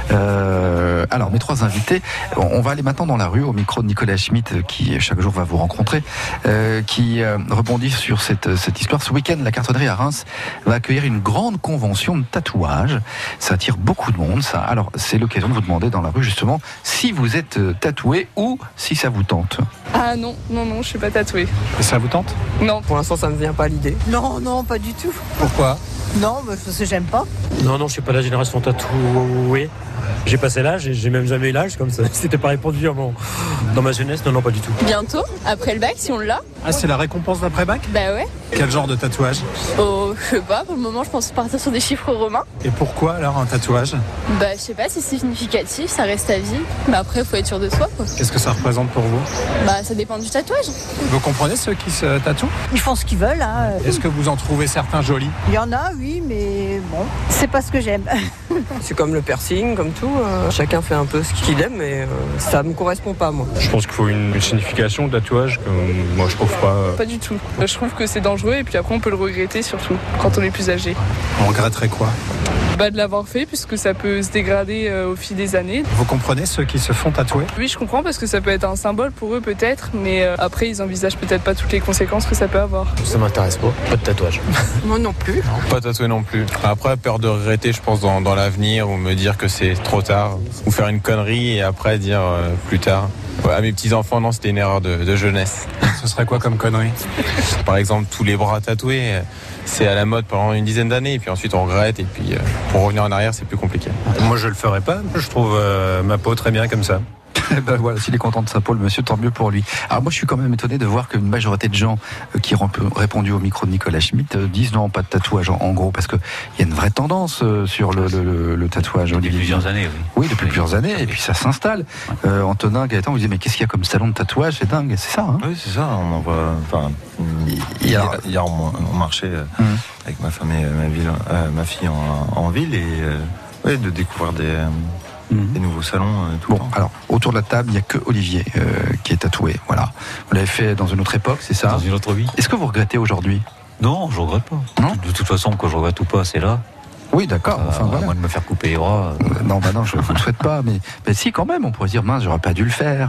Euh, alors, mes trois invités, on va aller maintenant dans la rue au micro de Nicolas Schmitt, qui chaque jour va vous rencontrer, euh, qui euh, rebondit sur cette, cette histoire. Ce week-end, la cartonnerie à Reims va accueillir une grande convention de tatouage. Ça attire beaucoup de monde, ça. Alors, c'est l'occasion de vous demander dans la rue, justement, si vous êtes tatoué ou si ça vous tente. Ah non, non, non, je suis pas tatouée. Et ça vous tente ? Non, pour l'instant, ça me vient pas à l'idée. Non, non, pas du tout. Pourquoi ? Non, parce que j'aime pas. Non, non, je suis pas de la génération tatouée. J'ai passé l'âge et j'ai même jamais eu l'âge, comme ça. C'était pas répondu mon... dans ma jeunesse. Non, non, pas du tout. Bientôt, après le bac, si on l'a. Ah, c'est la récompense d'après-bac ? Bah ouais. Quel genre de tatouage ? Oh, je sais pas, pour le moment, je pense partir sur des chiffres romains. Et pourquoi alors un tatouage ? Bah, je sais pas, c'est significatif, ça reste à vie. Bah après, faut être sûr de soi, quoi. Qu'est-ce que ça représente pour vous ? Bah, ça dépend du tatouage. Vous comprenez ceux qui se tatouent ? Ils font ce qu'ils veulent, hein. Est-ce que vous en trouvez certains jolis ? Il y en a, oui, mais bon, c'est pas ce que j'aime. C'est comme le piercing, comme tout. Euh, chacun fait un peu ce qu'il aime, mais euh, ça me correspond pas, moi. Je pense qu'il faut une, une signification au tatouage que moi je trouve pas. Pas du tout. Je trouve que c'est dangereux et puis après on peut le regretter surtout quand on est plus âgé. On regretterait quoi ? Bah, de l'avoir fait puisque ça peut se dégrader euh, au fil des années. Vous comprenez ceux qui se font tatouer ? Oui, je comprends parce que ça peut être un symbole pour eux peut-être, mais euh, après ils envisagent peut-être pas toutes les conséquences que ça peut avoir. Ça m'intéresse pas. Pas de tatouage. Moi non plus. Non. Pas tatoué non plus. Après, peur de regretter, je pense, dans, dans l'avenir ou me dire que c'est trop tard ou faire une connerie et après dire euh, plus tard. Ouais, à mes petits-enfants, non, c'était une erreur de, de jeunesse. Ce serait quoi comme connerie ? Par exemple, tous les bras tatoués, c'est à la mode pendant une dizaine d'années et puis ensuite on regrette et puis euh, pour revenir en arrière, c'est plus compliqué. Moi, je le ferais pas. Je trouve euh, ma peau très bien comme ça. Ben voilà, s'il est content de sa peau, le monsieur, tant mieux pour lui. Alors moi, je suis quand même étonné de voir qu'une majorité de gens qui ont répondu au micro de Nicolas Schmitt disent non, pas de tatouage, en, en gros, parce qu'il y a une vraie tendance sur le, le, le, le tatouage. Depuis plusieurs années, oui. Oui, depuis oui. plusieurs années, et puis ça s'installe. Ouais. Euh, Antonin, Gaëtan, vous disiez, mais qu'est-ce qu'il y a comme salon de tatouage ? C'est dingue, c'est ça, hein ? Oui, c'est ça, on en voit... Enfin, hier, hier, on, on marchait mmh. avec ma femme et ma, ville, euh, ma fille en, en ville, et euh, ouais, de découvrir des... Euh, Mmh. des nouveaux salons euh, tout bon, le temps. Alors, autour de la table, il n'y a que Olivier euh, qui est tatoué. Voilà. Vous l'avez fait dans une autre époque, c'est ça ? Dans une autre vie. Est-ce que vous regrettez aujourd'hui ? Non, je ne regrette pas. Non ? De, de toute façon, quand je regrette ou pas, c'est là. Oui, d'accord. Euh, enfin, à voilà. moins de me faire couper les bras. Euh... Non, bah non, je ne vous le souhaite pas. Mais, mais si, quand même, on pourrait dire, mince, j'aurais pas dû le faire.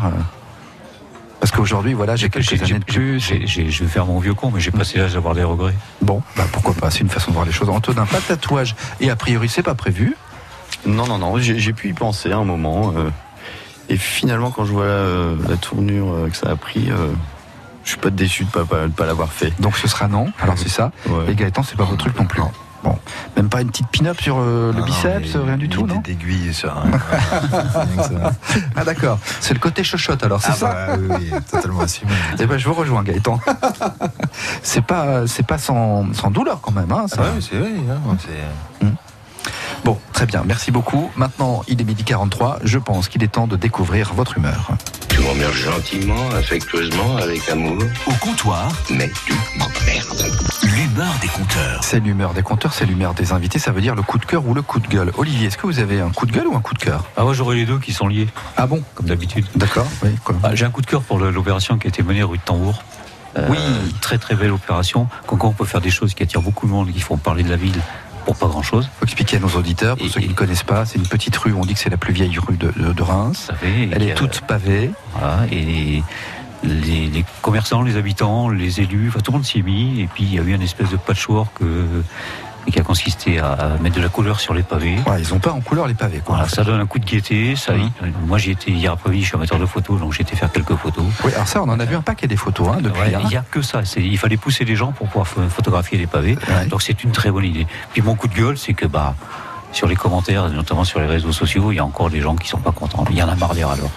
Parce qu'aujourd'hui, voilà, j'ai quelques j'ai, années de plus. J'ai, j'ai, je vais faire mon vieux con, mais j'ai passé l'âge d'avoir des regrets. Bon, bah pourquoi pas, c'est une façon de voir les choses. Antonin, pas de tatouage. Et a priori, c'est pas prévu. Non, non, non, j'ai, j'ai pu y penser un moment. Euh, et finalement, quand je vois la, la tournure euh, que ça a pris, euh, je suis pas déçu de pas, pas, de pas l'avoir fait. Donc ce sera non, alors c'est ça. Ouais. Et Gaëtan, c'est pas votre truc non plus. Non. Bon, même pas une petite pin-up sur euh, le Ah biceps, non, rien du tout, non? D'aiguille sur un... Ah d'accord, c'est le côté chochotte alors, c'est ah ça bah, oui, oui, totalement assumé. Eh ben, je vous rejoins, Gaëtan. c'est pas, c'est pas sans, sans douleur quand même, hein, ça. Ah oui, c'est oui, hein, c'est... Hum. Bon, très bien, merci beaucoup. Maintenant, il est midi quarante-trois, je pense qu'il est temps de découvrir votre humeur. Tu m'emmerdes gentiment, affectueusement, avec amour. Au comptoir, Mais tu m'emmerdes. l'humeur des compteurs. C'est l'humeur des compteurs, c'est l'humeur des invités, ça veut dire le coup de cœur ou le coup de gueule. Olivier, est-ce que vous avez un coup de gueule ou un coup de cœur? Ah, moi j'aurais les deux qui sont liés. Ah bon? Comme d'habitude. D'accord, oui. Quoi. Ah, j'ai un coup de cœur pour le, l'opération qui a été menée rue de Tambour. Euh, Oui. Très très belle opération. Quand on peut faire des choses qui attirent beaucoup de monde et qui font parler de la ville pour pas grand chose. Faut expliquer à nos auditeurs, pour Et- ceux qui ne connaissent pas, c'est une petite rue, on dit que c'est la plus vieille rue de, de, de Reims. Elle est toute pavée. Voilà, et les, les, les commerçants, les habitants, les élus, enfin, tout le monde s'y est mis. Et puis il y a eu une espèce de patchwork euh, qui a consisté à, à mettre de la couleur sur les pavés. Ouais, ils ont pas en couleur les pavés, quoi. Voilà, ça donne un coup de gaieté. Ça, Mmh. Moi j'y étais hier après-midi, je suis amateur de photos, donc j'ai été faire quelques photos. Oui, alors ça, on en a vu un paquet des photos, hein, depuis. Ouais, hein. il n'y a que ça. C'est, il fallait pousser les gens pour pouvoir ph- photographier les pavés. Ouais. Donc c'est une très bonne idée. Puis mon coup de gueule, c'est que bah sur les commentaires, notamment sur les réseaux sociaux, il y a encore des gens qui sont pas contents. Il y en a marre des râleurs.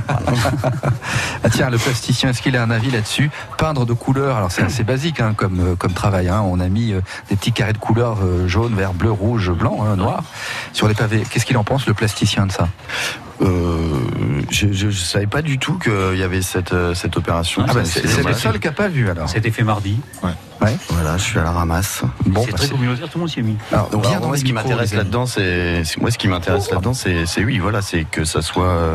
Ah tiens, le plasticien, est-ce qu'il a un avis là-dessus? Peindre de couleurs, alors c'est assez basique hein, comme, euh, comme travail. Hein. On a mis euh, des petits carrés de couleurs euh, jaune, vert, bleu, rouge, blanc, hein, noir sur les pavés. Qu'est-ce qu'il en pense, le plasticien, de ça? Euh, je, je, je savais pas du tout qu'il y avait cette, euh, cette opération. Ah bah, c'est, c'est le seul qui n'a pas vu alors. C'était fait mardi. Ouais. Ouais. Voilà, je suis à la ramasse. Bon, c'est bah, très c'est- communautaire, tout le monde s'y est mis. Alors, Donc, bien alors, dans moi, les ce qui micros, m'intéresse les amis. là-dedans, c'est, c'est- moi, ce qui m'intéresse là-dedans, c'est, c'est oui, voilà, c'est que ça soit euh,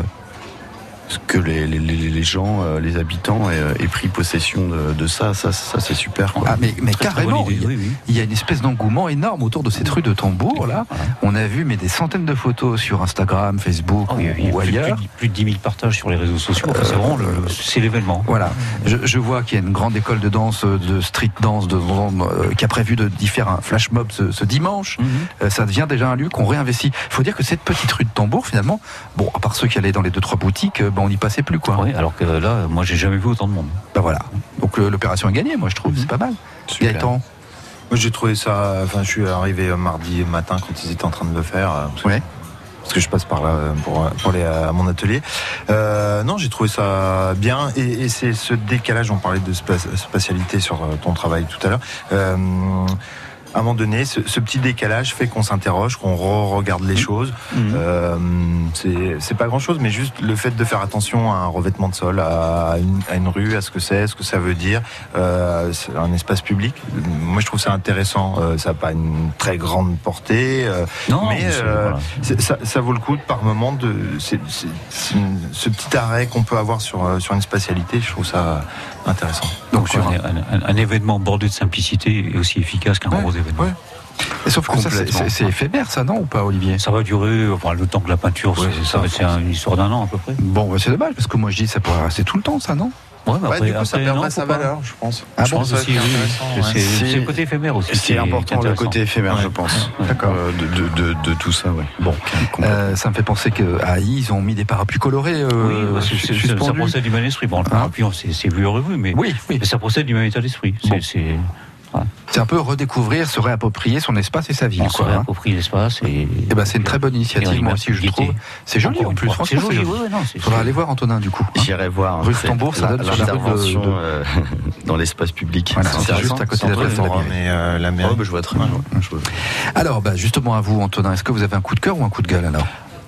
que les, les, les, les gens, euh, les habitants aient, aient pris possession de, de ça, ça, ça, c'est super. Quoi. Ah mais, mais Très, très carrément, bonne idée, il, y a, oui, oui. il y a une espèce d'engouement énorme autour de cette rue de Tambour là. On a vu mais des centaines de photos sur Instagram, Facebook Ah oui, ou, oui, ou plus, ailleurs. plus, plus de dix mille partages sur les réseaux sociaux. Enfin, c'est vraiment le, le- c'est l'événement. Voilà, je, je vois qu'il y a une grande école de danse, de street dance, de, euh, qui a prévu de d'y faire un flash mob ce, ce dimanche. Mhm. Euh, ça devient déjà un lieu qu'on réinvestit. Il faut dire que cette petite rue de Tambour, finalement, bon, à part ceux qui allaient dans les deux trois boutiques, euh, ben, on n'y passait plus quoi. Ouais, alors que là, moi, j'ai jamais vu autant de monde. Ben voilà. Donc le- l'opération est gagnée, moi je trouve, c'est pas mal. Super. Gaëtan. Moi j'ai trouvé ça, enfin je suis arrivé euh, mardi matin quand ils étaient en train de le faire. euh, Parce que, Ouais. parce que je passe par là euh, pour, pour aller à mon atelier. Euh, non, j'ai trouvé ça bien et, et c'est ce décalage, on parlait de spa- spatialité sur euh, ton travail tout à l'heure. Euh, à un moment donné, ce, ce petit décalage fait qu'on s'interroge, qu'on re-regarde les choses. Euh, c'est, c'est pas grand-chose, mais juste le fait de faire attention à un revêtement de sol, à une, à une rue, à ce que c'est, ce que ça veut dire, euh, c'est un espace public. Moi, je trouve ça intéressant. Euh, ça n'a pas une très grande portée, euh, Non, mais mais c'est- euh, voilà. c'est- ça, ça vaut le coup par moment de c'est, c'est, c'est une- ce petit arrêt qu'on peut avoir sur euh, sur une spatialité. Je trouve ça intéressant. Donc, sur un, un- un- un événement bordé de simplicité est aussi efficace qu'un Ouais, gros événement. ouais. Et sauf que ça, c'est, Complètement. c'est- c'est éphémère, ça, non, ou pas, Olivier? Ça va durer enfin, le temps que la peinture, Ouais, c'est, c'est ça va ça, être c'est un- une histoire d'un an à peu près. Bon, bah, c'est dommage, parce que moi je dis ça pourrait rester tout le temps, ça, non? Ouais, mais Ouais, après, du coup, ça après, perdrait non, sa faut pas. valeur, je pense. Ah Je bon, pense ça, aussi, c'est oui. intéressant, C'est, ouais. c'est, C'est- le côté éphémère aussi. C'est qui est important le intéressant. côté éphémère, Ouais. je pense. D'accord. Euh, de, de, de, de tout ça, ouais. Bon, euh, ça me fait penser qu'à Haï, ils ont mis des parapluies colorés. Euh, Oui, bah, c'est, c'est, suspendus. ça procède du même esprit. Bon, le Hein parapluie, c'est, c'est vu et revu, mais, Oui, oui. mais ça procède du même état d'esprit. C'est, Bon. c'est, voilà. C'est un peu redécouvrir, se réapproprier son espace et sa ville. On se Quoi, hein. réapproprie l'espace et. Eh ben, c'est une très bonne initiative, moi aussi, je trouve. C'est joli Encore en une plus, fois. franchement, C'est c'est joli, joli. ouais, ouais, non, c'est- Il faudra c'est- aller voir Antonin, du coup. hein. J'irai voir. Rue de c'est Tambour, ça donne sur la rue de- l'intervention de- euh, dans l'espace public. Voilà, C'est c'est intéressant. juste à côté de la Centre place de la forum mairie. et euh, la mairie. Oh, bah, je vois très bien. Je vois. Alors, bah, justement, à vous, Antonin, est-ce que vous avez un coup de cœur ou un coup de gueule alors?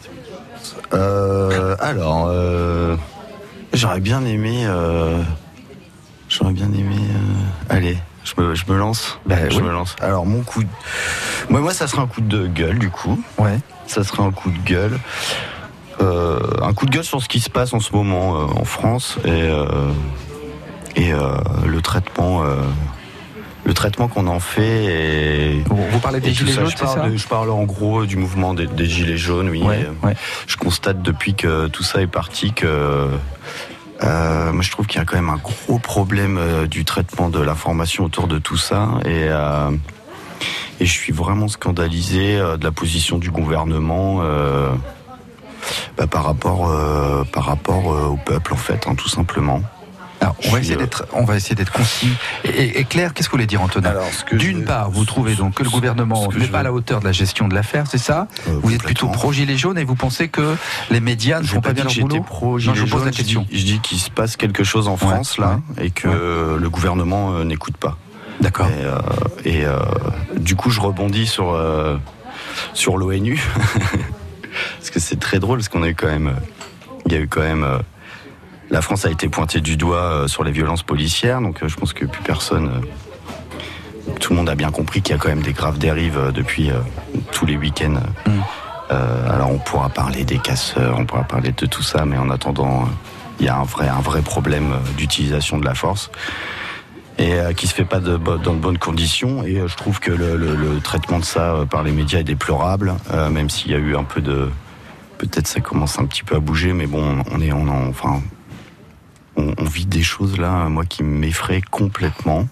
Euh, alors, euh, j'aurais bien aimé. Euh, j'aurais bien aimé. euh, allez, je me, je me lance. Ben, je oui. me lance. Alors, mon coup. De, moi, moi, ça sera un coup de gueule, du coup. Ouais. Ça sera un coup de gueule. Euh, un coup de gueule sur ce qui se passe en ce moment euh, en France et, euh, et euh, le traitement. Euh, le traitement qu'on en fait et, Vous, vous parlez des et tout gilets ça. jaunes, je c'est parle, ça? de- je parle en gros du mouvement des, des gilets jaunes, oui. Ouais, Et, ouais. Je constate depuis que tout ça est parti que euh, moi je trouve qu'il y a quand même un gros problème euh, du traitement de l'information autour de tout ça et euh, et je suis vraiment scandalisé euh, de la position du gouvernement euh, bah, par rapport euh, par rapport euh, au peuple en fait, hein, tout simplement. Alors, on va essayer d'être, on va essayer d'être concis et, et clair. Qu'est-ce que vous voulez dire, Antonin? D'une part, vous trouvez donc que le gouvernement n'est pas à la hauteur de la gestion de l'affaire, c'est ça? euh, Vous êtes plutôt pro-gilet jaune et vous pensez que les médias ne font pas bien leur boulot? Pro-gilet jaune, je pose la question. Je dis, je dis qu'il se passe quelque chose en France, ouais, là, ouais, et que ouais. le gouvernement euh, n'écoute pas. D'accord. Et, euh, et euh, du coup, je rebondis sur, euh, sur l'ONU. Parce que c'est très drôle, parce qu'on a eu quand même... Il y a eu quand même... Euh, la France a été pointée du doigt euh, sur les violences policières, donc euh, je pense que plus personne... Euh, tout le monde a bien compris qu'il y a quand même des graves dérives euh, depuis euh, tous les week-ends. Mmh. Euh, alors on pourra parler des casseurs, on pourra parler de tout ça, mais en attendant, il euh, y a un vrai, un vrai problème euh, d'utilisation de la force. Et euh, qui se fait pas de, dans de bonnes conditions. Et euh, je trouve que le, le, le traitement de ça euh, par les médias est déplorable, euh, même s'il y a eu un peu de... Peut-être ça commence un petit peu à bouger, mais bon, on est... On en, enfin, on, on vit des choses là, moi, qui m'effraient complètement.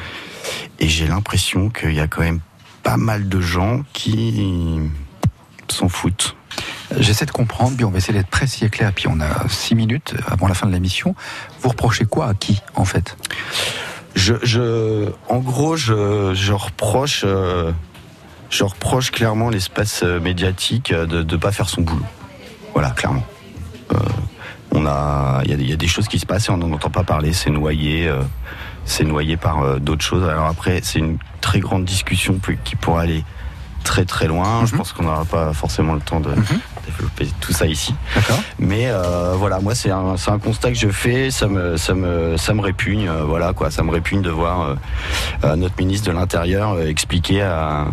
Et j'ai l'impression qu'il y a quand même pas mal de gens qui s'en foutent. J'essaie de comprendre, puis on va essayer d'être précis et clair, puis on a six minutes avant la fin de l'émission. Vous reprochez quoi à qui, en fait ? Je, je, en gros, je, je reproche, euh, je reproche clairement l'espace médiatique de ne pas faire son boulot. Voilà, clairement. Euh, on a, il y, y a des choses qui se passent et on n'en entend pas parler. C'est noyé, euh, c'est noyé par euh, d'autres choses. Alors après, c'est une très grande discussion qui pourrait aller très très loin. Mm-hmm. Je pense qu'on n'aura pas forcément le temps de mm-hmm. développer tout ça ici. D'accord. Mais euh, voilà, moi c'est un, c'est un constat que je fais, ça me, ça me, ça me répugne. Euh, voilà quoi, ça me répugne de voir euh, notre ministre de l'Intérieur euh, expliquer à,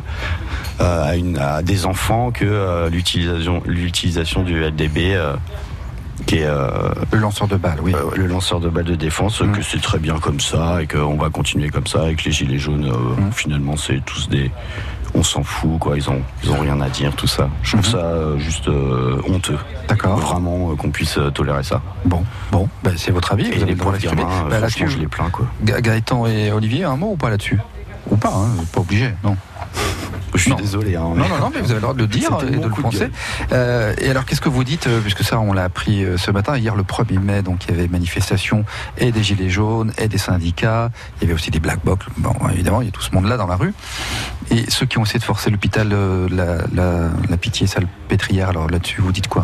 à, une, à des enfants que euh, l'utilisation, l'utilisation du L D B euh, qui est euh, le lanceur de balles, oui, euh, le lanceur de balles de défense, mmh. que c'est très bien comme ça et qu'on va continuer comme ça avec les gilets jaunes. Euh, mmh. Finalement, c'est tous des, on s'en fout, quoi. Ils ont, ils ont rien à dire, tout ça. Je trouve mmh. ça euh, juste euh, honteux. D'accord. Vraiment euh, qu'on puisse euh, tolérer ça. Bon, bon, ben, c'est votre avis. Et vous les pauvres gamins, euh, ben, franchement, je les plains, quoi. Gaëtan et Olivier, un mot ou pas là-dessus? Ou pas, hein, pas obligé, non. Je suis non. désolé. Hein, mais... Non, non, non, mais vous avez le droit de le dire et de le penser. Euh, et alors, qu'est-ce que vous dites, puisque ça, on l'a appris ce matin, hier le premier mai, donc il y avait manifestation et des gilets jaunes et des syndicats, il y avait aussi des black blocs, bon, évidemment, il y a tout ce monde-là dans la rue. Et ceux qui ont essayé de forcer l'hôpital, la, la, la Pitié-Salpêtrière, alors là-dessus, vous dites quoi?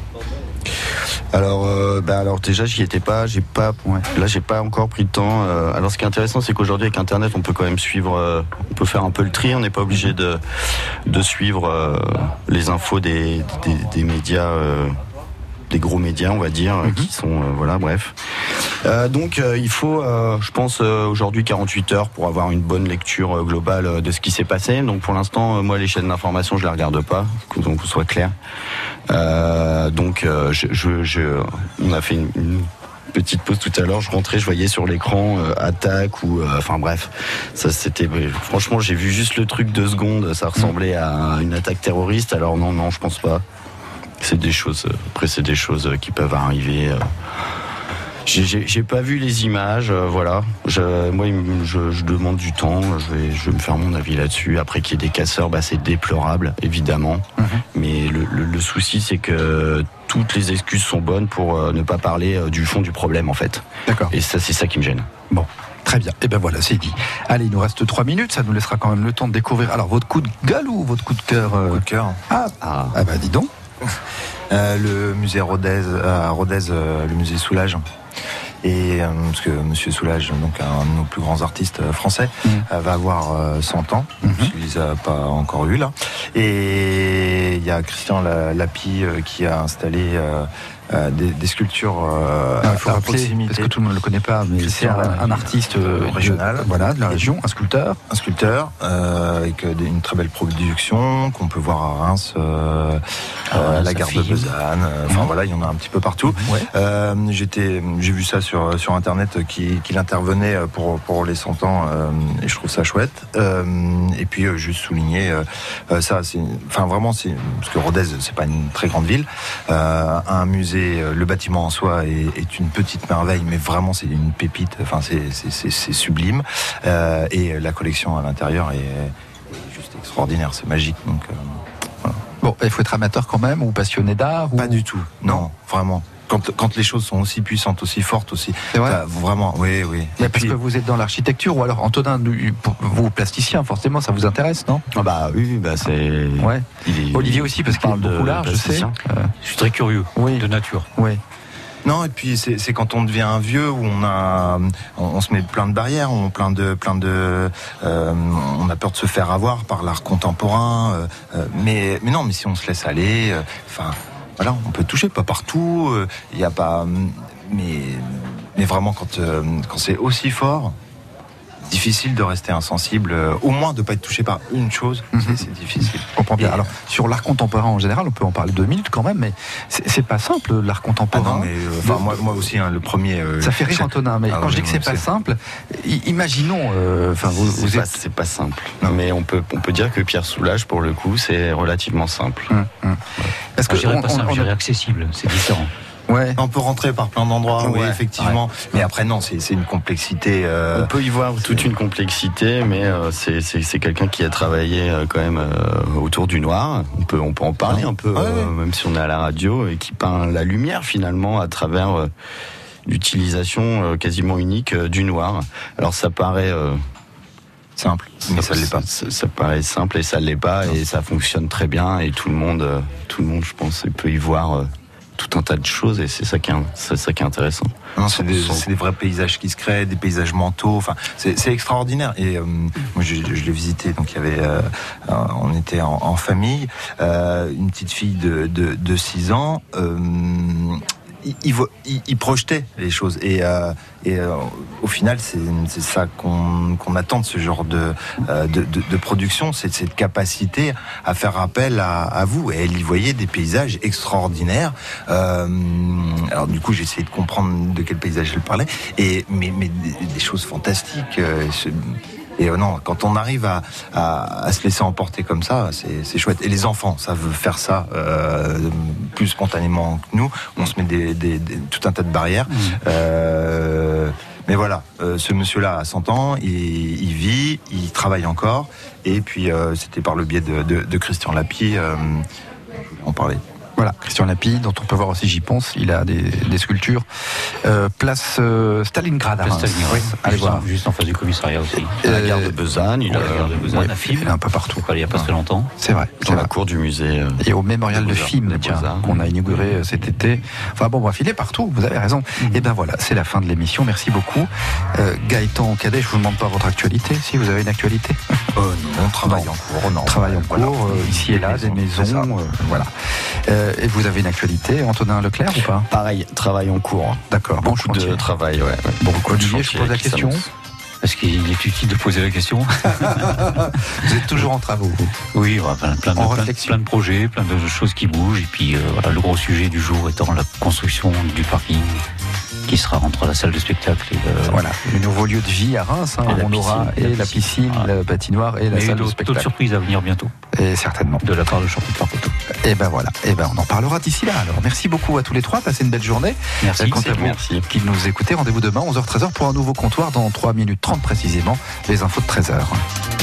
Alors, euh, bah alors déjà, j'y étais pas, j'ai pas, ouais. Là, j'ai pas encore pris le temps. Euh, alors, ce qui est intéressant, c'est qu'aujourd'hui, avec Internet, on peut quand même suivre, euh, on peut faire un peu le tri. On n'est pas obligé de de suivre euh, les infos des des, des médias, euh, des gros médias, on va dire, mm-hmm. qui sont, euh, voilà, bref. Euh, donc, euh, il faut, euh, je pense, euh, aujourd'hui quarante-huit heures pour avoir une bonne lecture euh, globale euh, de ce qui s'est passé. Donc, pour l'instant, euh, moi, les chaînes d'information, je les regarde pas, donc qu'on soit clair. Euh, donc, euh, je, je, je, on a fait une, une petite pause tout à l'heure. Je rentrais, je voyais sur l'écran euh, attaque ou, euh, enfin bref, ça c'était. Franchement, j'ai vu juste le truc deux secondes. Ça ressemblait à une attaque terroriste. Alors non, non, je pense pas. C'est des choses. Après, c'est des choses qui peuvent arriver. Euh, J'ai, j'ai, j'ai pas vu les images, euh, voilà. Je, moi, je, je demande du temps. Je vais, je vais me faire mon avis là-dessus. Après qu'il y ait des casseurs, bah, c'est déplorable, évidemment. Mm-hmm. Mais le, le, le souci, c'est que toutes les excuses sont bonnes pour euh, ne pas parler euh, du fond du problème, en fait. D'accord. Et ça, c'est ça qui me gêne. Bon. Très bien. Et ben voilà, c'est dit. Allez, il nous reste trois minutes. Ça nous laissera quand même le temps de découvrir. Alors, votre coup de gueule ou votre coup de cœur euh... Coup de cœur. Ah, ah. ah bah dis donc. Euh, le musée Rodez, à Rodez, euh, le musée Soulage. Et euh, parce que Monsieur Soulage, donc un de nos plus grands artistes français, mmh. euh, va avoir euh, cent ans. Mmh. Je ne les a pas encore eu là. Et il y a Christian Lapie euh, qui a installé euh, euh, des, des sculptures euh, non, il faut à rappeler, proximité. Parce que tout le monde ne le connaît pas, mais Christian, c'est un, un artiste euh, régional, de, voilà, de la région, un sculpteur, un sculpteur euh, avec une très belle production qu'on peut voir à Reims, euh, ah, euh, à la gare de Besançon. Enfin mmh. voilà, il y en a un petit peu partout. Ouais. Euh, j'étais, j'ai vu ça sur sur internet qu'il qu'il intervenait pour pour les cent ans euh, et je trouve ça chouette. Euh, et puis euh, juste souligner euh, ça, c'est, enfin vraiment, c'est parce que Rodez, c'est pas une très grande ville, euh, un musée. Le bâtiment en soi est, est une petite merveille, mais vraiment c'est une pépite. Enfin, c'est, c'est, c'est, c'est sublime. Euh, et la collection à l'intérieur est, est juste extraordinaire. C'est magique. Donc, euh, voilà. Bon, il faut être amateur quand même ou passionné d'art ou... Pas du tout. Non, vraiment. quand, quand les choses sont aussi puissantes, aussi fortes, aussi. C'est vrai. Bah, vraiment, oui, oui. Mais parce que vous êtes dans l'architecture, ou alors Antonin, vous plasticien, forcément, ça vous intéresse, non? Ah bah oui, bah c'est. Ouais. Il est... Olivier aussi, parce qu'il est beaucoup l'art, je sais. Euh... Je suis très curieux oui. de nature. Oui. Non, et puis c'est, c'est quand on devient un vieux où on a, on, on se met plein de barrières, on plein de, plein de, euh, on a peur de se faire avoir par l'art contemporain. Euh, mais, mais non, mais si on se laisse aller, enfin, euh, voilà, on peut toucher, pas partout. Il euh, y a pas, mais, mais vraiment quand, euh, quand c'est aussi fort. Difficile de rester insensible, euh, au moins de ne pas être touché par une chose, mm-hmm. c'est, c'est difficile. Je comprends bien. Et alors, sur l'art contemporain en général, on peut en parler deux minutes quand même, mais c'est, c'est pas simple, l'art contemporain. Ah non, mais euh, moi, moi aussi, hein, le premier. Euh, ça fait rire chaque... Antonin, mais ah, quand oui, je dis que c'est pas c'est... simple, imaginons. Enfin, euh, vous, c'est, vous pas, êtes... c'est pas simple. Non. Mais on peut, on peut dire que Pierre Soulages, pour le coup, c'est relativement simple. Hum, hum. Parce que ah, je dirais pas simple, je dirais accessible, c'est différent. Ouais. On peut rentrer par plein d'endroits, ouais, oui, effectivement. Ouais. Mais après, non, c'est, c'est une complexité. Euh... On peut y voir toute une complexité, mais euh, c'est, c'est, c'est quelqu'un qui a travaillé euh, quand même euh, autour du noir. On peut, on peut en parler un peu, ouais, euh, ouais. même si on est à la radio, et qui peint la lumière finalement à travers euh, l'utilisation euh, quasiment unique euh, du noir. Alors ça paraît. Euh, simple, mais ça, ça l'est pas. Ça, ça paraît simple et ça l'est pas, non. Et ça fonctionne très bien, et tout le monde, euh, tout le monde, je pense, peut y voir. Euh, tout un tas de choses, et c'est ça qui est, c'est ça qui est intéressant. Non, c'est, des, c'est des vrais paysages qui se créent, des paysages mentaux. Enfin, c'est, c'est extraordinaire. Et euh, moi, je, je l'ai visité. Donc, il y avait, euh, on était en, en famille, euh, une petite fille de de, de six ans. Euh, Il, il, il, il projetait les choses et, euh, et euh, au final c'est, c'est ça qu'on, qu'on attend de ce genre de, euh, de, de, de production, c'est cette capacité à faire appel à, à vous. Et elle y voyait des paysages extraordinaires. Euh, alors du coup j'ai essayé de comprendre de quel paysage elle parlait, et, mais, mais des, des choses fantastiques. Euh, Et euh, non, quand on arrive à, à, à se laisser emporter comme ça, c'est, c'est chouette. Et les enfants savent faire ça euh, plus spontanément que nous. On se met des, des, des, tout un tas de barrières. Mmh. Euh, mais voilà, euh, ce monsieur-là a cent ans, il, il vit, il travaille encore. Et puis, euh, c'était par le biais de, de, de Christian Lapie, euh, on parlait. Voilà, Christian Lapie, dont on peut voir aussi, j'y pense, il a des, des sculptures. Euh, place euh, Stalingrad à Reims. Stalingrad, oui. Allez juste, voir. Juste en face du commissariat aussi. Euh, la gare de Besançon, il a la gare de Besançon, oui, à Film. Il est un peu partout. Il n'y a pas très longtemps. C'est vrai. Dans c'est la vrai. cour du musée. Euh, Et au mémorial de film, tiens, qu'on a inauguré mmh. cet été. Enfin bon, bref, il est partout, vous avez raison. Mmh. Et ben voilà, c'est la fin de l'émission. Merci beaucoup. Euh, Gaëtan Cadet, je vous demande pas votre actualité. Si vous avez une actualité. Euh, non, travail en cours. Non. Travail en voilà. cours, euh, ici et là, des maisons. Euh, voilà. Euh, et vous avez une actualité, Antonin Leclerc, ou pas? Pareil, travail en cours. D'accord. Bon, beaucoup de travail, ouais. Bon, Olivier, je pose la question. Est-ce qu'il est utile de poser la question? Vous êtes toujours en travaux. Oui, voilà, plein, plein, de, plein, plein de projets, plein de choses qui bougent. Et puis, euh, voilà, le gros sujet du jour étant la construction du parking qui sera entre la salle de spectacle et le... Voilà, le nouveau lieu de vie à Reims, hein, on aura et la piscine, voilà. La patinoire et la Mais salle de spectacle. D'autres surprises à venir bientôt. Et certainement. De la part de Jean-Pierre Parcoto. Et ben voilà, et ben on en parlera d'ici là. Alors merci beaucoup à tous les trois, passez une belle journée. Merci. Quant à vous merci. Qui nous écoutez, rendez-vous demain onze heures treize heures pour un nouveau comptoir dans trois minutes trente précisément, les infos de treize heures.